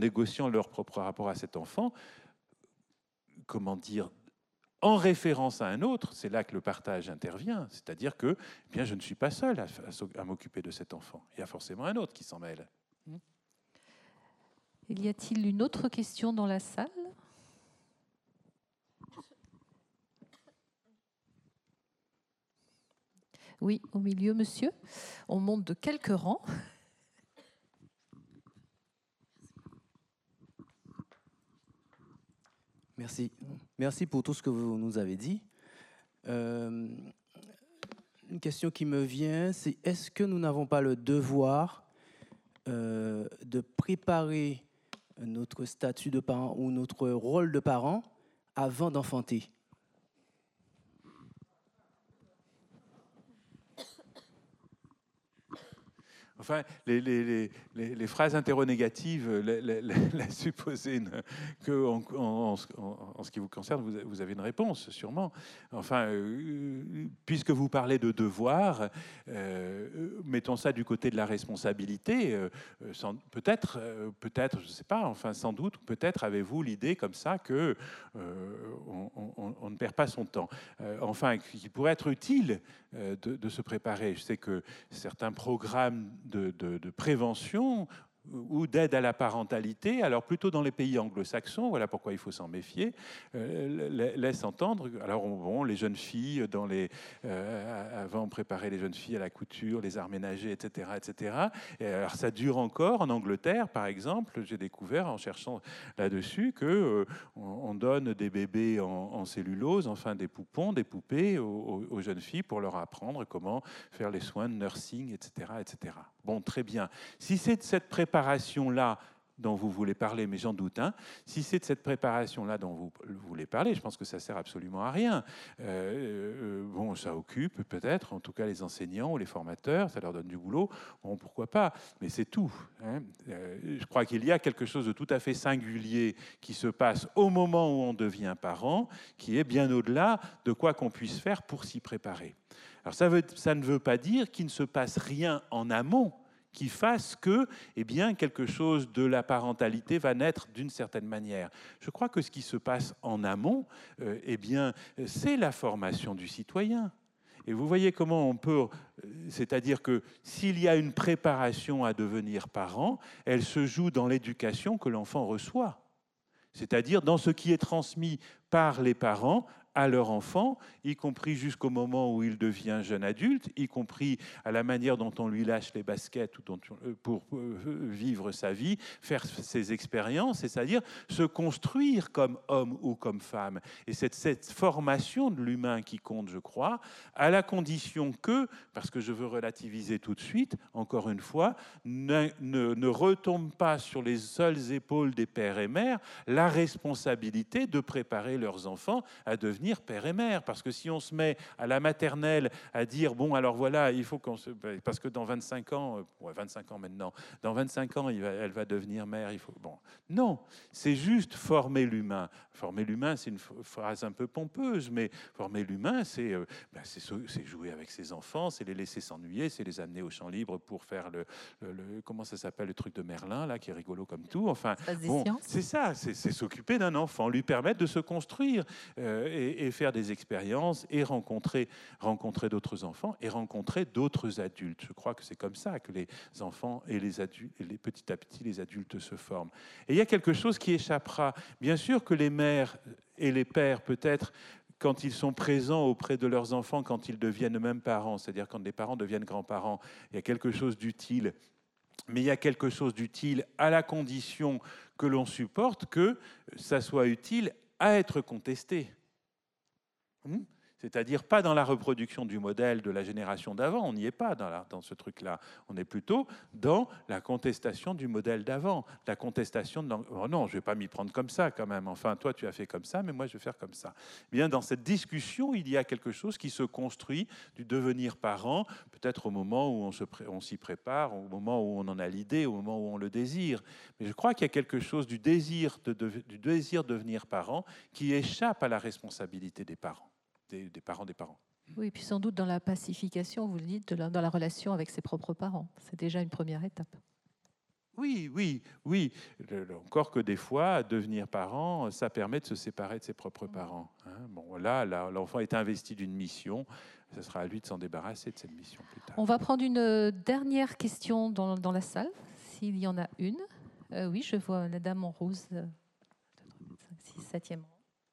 comment dire, en référence à un autre, c'est là que le partage intervient. C'est-à-dire que eh bien, je ne suis pas seul à m'occuper de cet enfant. Il y a forcément un autre qui s'en mêle. Y a-t-il une autre question dans la salle ? Oui, au milieu, monsieur. On monte de quelques rangs. Merci. Merci pour tout ce que vous nous avez dit. Une question qui me vient, c'est est-ce que nous n'avons pas le devoir de préparer notre statut de parent ou notre rôle de parent avant d'enfanter ? Enfin, les phrases interrogatives laissent supposer qu'en ce qui vous concerne, vous avez une réponse, sûrement. Enfin, puisque vous parlez de devoir, mettons ça du côté de la responsabilité. Peut-être, je ne sais pas, enfin, sans doute, peut-être avez-vous l'idée comme ça que on ne perd pas son temps. Enfin, qu'il pourrait être utile de se préparer. Je sais que certains programmes de prévention ou d'aide à la parentalité, alors plutôt dans les pays anglo-saxons, voilà pourquoi il faut s'en méfier, laisse entendre, alors bon, les jeunes filles, avant on préparait les jeunes filles à la couture, les arts ménagers, etc. etc. Et alors ça dure encore en Angleterre, par exemple, j'ai découvert en cherchant là-dessus que on donne des bébés en cellulose, enfin des poupons, des poupées aux jeunes filles pour leur apprendre comment faire les soins de nursing, etc. etc. Bon, très bien. Si c'est de cette préparation-là dont vous voulez parler, mais j'en doute, si c'est de cette préparation-là dont vous voulez parler, je pense que ça sert absolument à rien. Bon, ça occupe peut-être, en tout cas les enseignants ou les formateurs, ça leur donne du boulot, bon, pourquoi pas, mais c'est tout. Je crois qu'il y a quelque chose de tout à fait singulier qui se passe au moment où on devient parent, qui est bien au-delà de quoi qu'on puisse faire pour s'y préparer. Alors ça ne veut pas dire qu'il ne se passe rien en amont qui fasse que quelque chose de la parentalité va naître d'une certaine manière. Je crois que ce qui se passe en amont, c'est la formation du citoyen. Et vous voyez comment on peut... C'est-à-dire que s'il y a une préparation à devenir parent, elle se joue dans l'éducation que l'enfant reçoit. C'est-à-dire dans ce qui est transmis par les parents à leur enfant, y compris jusqu'au moment où il devient jeune adulte, y compris à la manière dont on lui lâche les baskets pour vivre sa vie, faire ses expériences, c'est-à-dire se construire comme homme ou comme femme. Et c'est cette formation de l'humain qui compte, je crois, à la condition que, parce que je veux relativiser tout de suite, encore une fois, ne retombe pas sur les seules épaules des pères et mères la responsabilité de préparer leurs enfants à devenir devenir père et mère. Parce que si on se met à la maternelle à dire, bon, alors voilà, il faut qu'on se... Parce que dans 25 ans, 25 ans maintenant, dans 25 ans, elle va devenir mère. Il faut... Bon, non, c'est juste former l'humain. Former l'humain, c'est une phrase un peu pompeuse, mais former l'humain, c'est jouer avec ses enfants, c'est les laisser s'ennuyer, c'est les amener au champ libre pour faire comment ça s'appelle, le truc de Merlin, là, qui est rigolo comme tout. Enfin, bon, c'est ça, c'est s'occuper d'un enfant, lui permettre de se construire et faire des expériences et rencontrer d'autres enfants et rencontrer d'autres adultes. Je crois que c'est comme ça que les enfants et les adultes, petit à petit, les adultes se forment. Et il y a quelque chose qui échappera. Bien sûr que les mères et les pères, peut-être, quand ils sont présents auprès de leurs enfants, quand ils deviennent même parents, c'est-à-dire quand les parents deviennent grands-parents, il y a quelque chose d'utile. Mais il y a quelque chose d'utile à la condition que l'on supporte que ça soit utile à être contesté. C'est-à-dire pas dans la reproduction du modèle de la génération d'avant, on n'y est pas dans ce truc-là. On est plutôt dans la contestation du modèle d'avant, la contestation de oh non, je ne vais pas m'y prendre comme ça quand même. Enfin, toi, tu as fait comme ça, mais moi, je vais faire comme ça. Bien, dans cette discussion, il y a quelque chose qui se construit du devenir parent, peut-être au moment où on s'y prépare, au moment où on en a l'idée, au moment où on le désire. Mais je crois qu'il y a quelque chose du désir de devenir parent qui échappe à la responsabilité des parents. Des parents. Oui, puis sans doute dans la pacification, vous le dites, dans la relation avec ses propres parents. C'est déjà une première étape. Oui. Encore que des fois, devenir parent, ça permet de se séparer de ses propres parents. Bon, là, l'enfant est investi d'une mission. Ce sera à lui de s'en débarrasser de cette mission plus tard. On va prendre une dernière question dans la salle, s'il y en a une. Oui, je vois la dame en rose, 7e rang.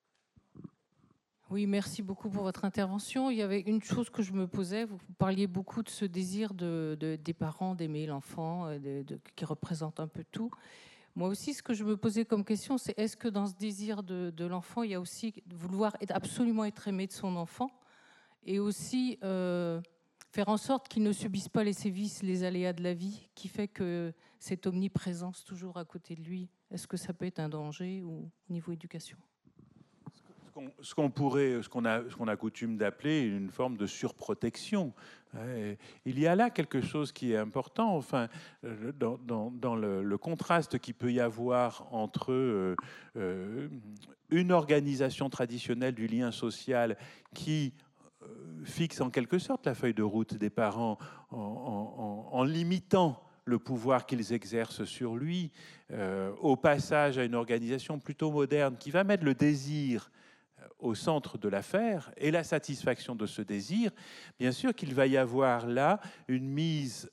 Oui, merci beaucoup pour votre intervention. Il y avait une chose que je me posais. Vous parliez beaucoup de ce désir des parents d'aimer l'enfant, qui représente un peu tout. Moi aussi, ce que je me posais comme question, c'est est-ce que dans ce désir de l'enfant, il y a aussi vouloir absolument être aimé de son enfant et aussi faire en sorte qu'il ne subisse pas les sévices, les aléas de la vie, qui fait que cette omniprésence toujours à côté de lui, est-ce que ça peut être un danger au niveau éducation ? Ce qu'on a coutume d'appeler une forme de surprotection. Il y a là quelque chose qui est important, enfin, dans le contraste qu'il peut y avoir entre une organisation traditionnelle du lien social qui fixe en quelque sorte la feuille de route des parents en limitant le pouvoir qu'ils exercent sur lui, au passage à une organisation plutôt moderne qui va mettre le désir au centre de l'affaire et la satisfaction de ce désir, bien sûr qu'il va y avoir là une mise,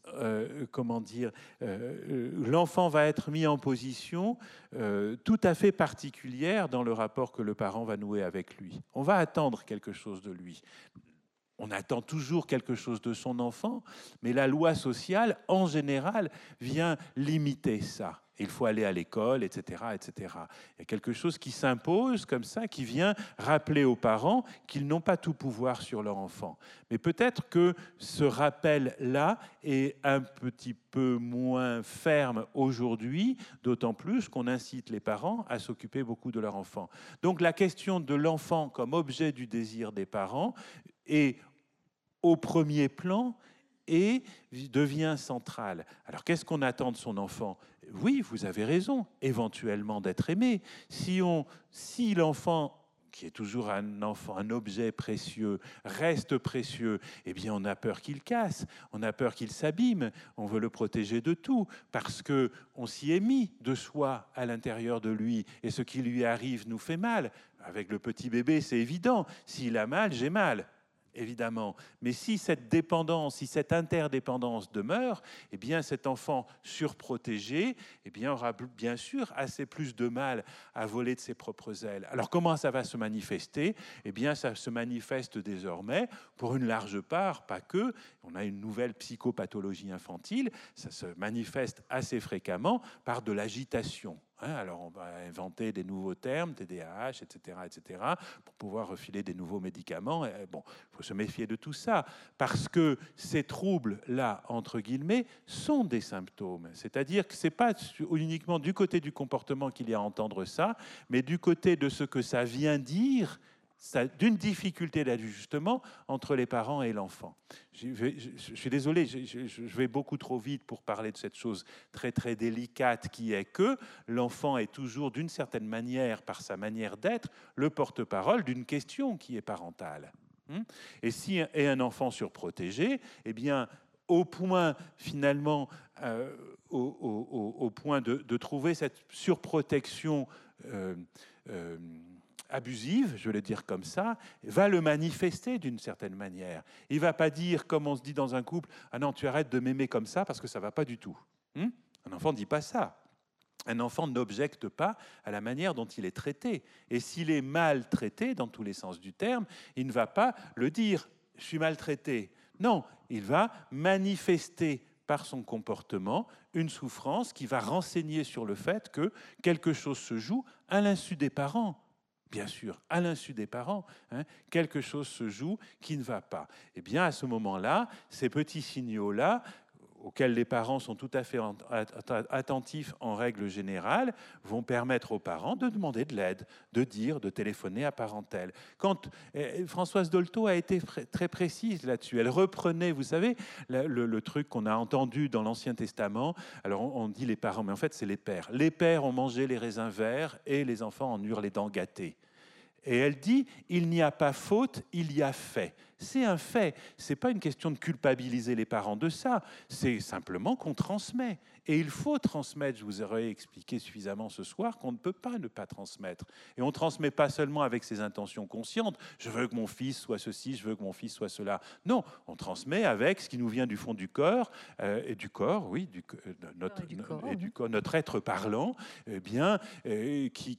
l'enfant va être mis en position tout à fait particulière dans le rapport que le parent va nouer avec lui. On va attendre quelque chose de lui. On attend toujours quelque chose de son enfant, mais la loi sociale, en général, vient limiter ça. Il faut aller à l'école, etc., etc. Il y a quelque chose qui s'impose comme ça, qui vient rappeler aux parents qu'ils n'ont pas tout pouvoir sur leur enfant. Mais peut-être que ce rappel-là est un petit peu moins ferme aujourd'hui, d'autant plus qu'on incite les parents à s'occuper beaucoup de leur enfant. Donc la question de l'enfant comme objet du désir des parents est au premier plan et devient centrale. Alors qu'est-ce qu'on attend de son enfant ? Oui, vous avez raison, éventuellement d'être aimé. Si l'enfant, qui est toujours un enfant, un objet précieux, reste précieux, eh bien on a peur qu'il casse, on a peur qu'il s'abîme, on veut le protéger de tout, parce qu'on s'y est mis de soi à l'intérieur de lui, et ce qui lui arrive nous fait mal. Avec le petit bébé, c'est évident, s'il a mal, j'ai mal. Évidemment. Mais si cette dépendance, si cette interdépendance demeure, eh bien cet enfant surprotégé, eh bien aura bien sûr assez plus de mal à voler de ses propres ailes. Alors comment ça va se manifester ? Eh bien ça se manifeste désormais, pour une large part, pas que, on a une nouvelle psychopathologie infantile, ça se manifeste assez fréquemment par de l'agitation. Alors on va inventer des nouveaux termes, TDAH, etc., pour pouvoir refiler des nouveaux médicaments. Bon, il faut se méfier de tout ça, parce que ces troubles-là, entre guillemets, sont des symptômes. C'est-à-dire que ce n'est pas uniquement du côté du comportement qu'il y a à entendre ça, mais du côté de ce que ça vient dire, d'une difficulté d'ajustement entre les parents et l'enfant. Je suis désolé, je vais beaucoup trop vite pour parler de cette chose très très délicate qui est que l'enfant est toujours d'une certaine manière, par sa manière d'être, le porte-parole d'une question qui est parentale. Et si est un enfant surprotégé, eh bien, au point finalement, au point de trouver cette surprotection abusive, je vais le dire comme ça, va le manifester d'une certaine manière. Il ne va pas dire, comme on se dit dans un couple, « Ah non, tu arrêtes de m'aimer comme ça parce que ça ne va pas du tout. » Un enfant ne dit pas ça. Un enfant n'objecte pas à la manière dont il est traité. Et s'il est mal traité, dans tous les sens du terme, il ne va pas le dire « je suis maltraité ». Non, il va manifester par son comportement une souffrance qui va renseigner sur le fait que quelque chose se joue à l'insu des parents. Bien sûr, à l'insu des parents, quelque chose se joue qui ne va pas. Eh bien, à ce moment-là, ces petits signaux-là, auxquels les parents sont tout à fait attentifs en règle générale, vont permettre aux parents de demander de l'aide, de dire, de téléphoner à Parentel. Quand Françoise Dolto a été très précise là-dessus, elle reprenait, vous savez, le truc qu'on a entendu dans l'Ancien Testament. Alors on dit les parents, mais en fait c'est les pères. Les pères ont mangé les raisins verts et les enfants en eurent les dents gâtées. Et elle dit, il n'y a pas faute, il y a fait. C'est un fait. Ce n'est pas une question de culpabiliser les parents de ça. C'est simplement qu'on transmet. Et il faut transmettre. Je vous aurais expliqué suffisamment ce soir qu'on ne peut pas ne pas transmettre. Et on ne transmet pas seulement avec ses intentions conscientes. Je veux que mon fils soit ceci, je veux que mon fils soit cela. Non, on transmet avec ce qui nous vient du fond du corps, et du corps, oui, notre être parlant, bien, qui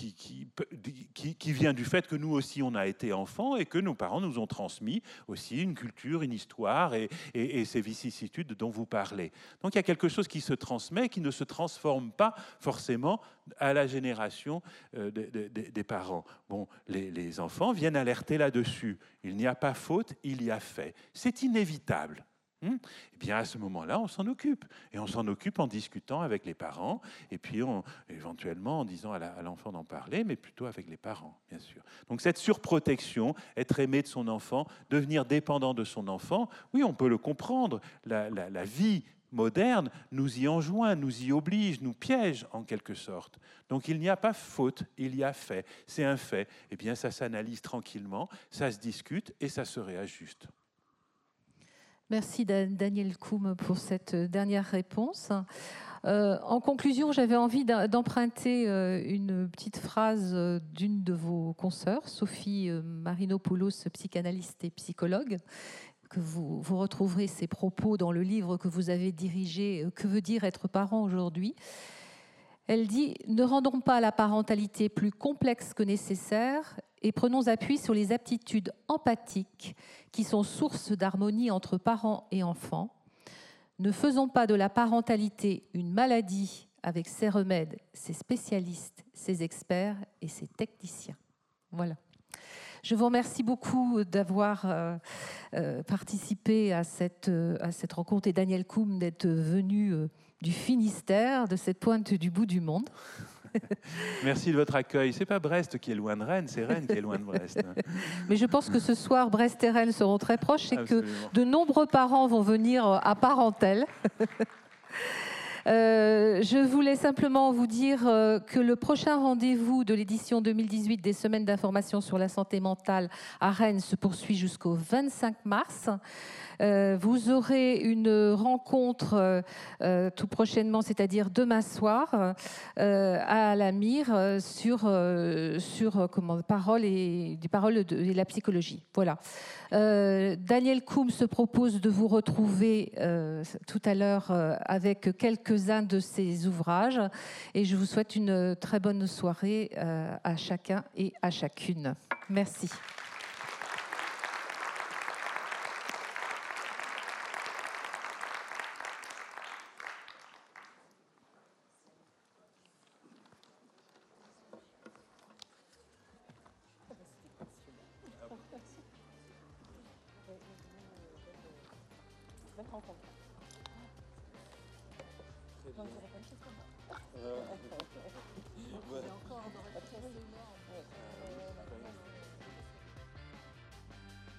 vient du fait que nous aussi on a été enfants et que nos parents nous ont transmis aussi une culture, une histoire et ces vicissitudes dont vous parlez. Donc il y a quelque chose qui se transmet, qui ne se transforme pas forcément à la génération des parents. Bon, les enfants viennent alerter là-dessus. Il n'y a pas faute, il y a fait. C'est inévitable. Eh bien, à ce moment-là, on s'en occupe. Et on s'en occupe en discutant avec les parents, et puis éventuellement en disant à l'enfant d'en parler, mais plutôt avec les parents, bien sûr. Donc cette surprotection, être aimé de son enfant, devenir dépendant de son enfant, oui, on peut le comprendre. La vie moderne nous y enjoint, nous y oblige, nous piège en quelque sorte. Donc il n'y a pas faute, il y a fait. C'est un fait. Eh bien, ça s'analyse tranquillement, ça se discute et ça se réajuste. Merci Daniel Koum pour cette dernière réponse. En conclusion, j'avais envie d'emprunter une petite phrase d'une de vos consoeurs, Sophie Marinopoulos, psychanalyste et psychologue, que vous retrouverez ses propos dans le livre que vous avez dirigé, Que veut dire être parent aujourd'hui ? Elle dit « Ne rendons pas la parentalité plus complexe que nécessaire et prenons appui sur les aptitudes empathiques qui sont source d'harmonie entre parents et enfants. Ne faisons pas de la parentalité une maladie avec ses remèdes, ses spécialistes, ses experts et ses techniciens. » Voilà. Je vous remercie beaucoup d'avoir participé à cette rencontre et Daniel Koum d'être venu du Finistère, de cette pointe du bout du monde. Merci de votre accueil. C'est pas Brest qui est loin de Rennes, c'est Rennes qui est loin de Brest. Mais je pense que ce soir, Brest et Rennes seront très proches et que de nombreux parents vont venir à Parentel. Je voulais simplement vous dire que le prochain rendez-vous de l'édition 2018 des Semaines d'information sur la santé mentale à Rennes se poursuit jusqu'au 25 mars. Vous aurez une rencontre tout prochainement, c'est-à-dire demain soir, à la Mire sur paroles et la psychologie. Voilà. Daniel Koum se propose de vous retrouver tout à l'heure avec quelques-uns de ses ouvrages et je vous souhaite une très bonne soirée à chacun et à chacune. Merci. Ouais.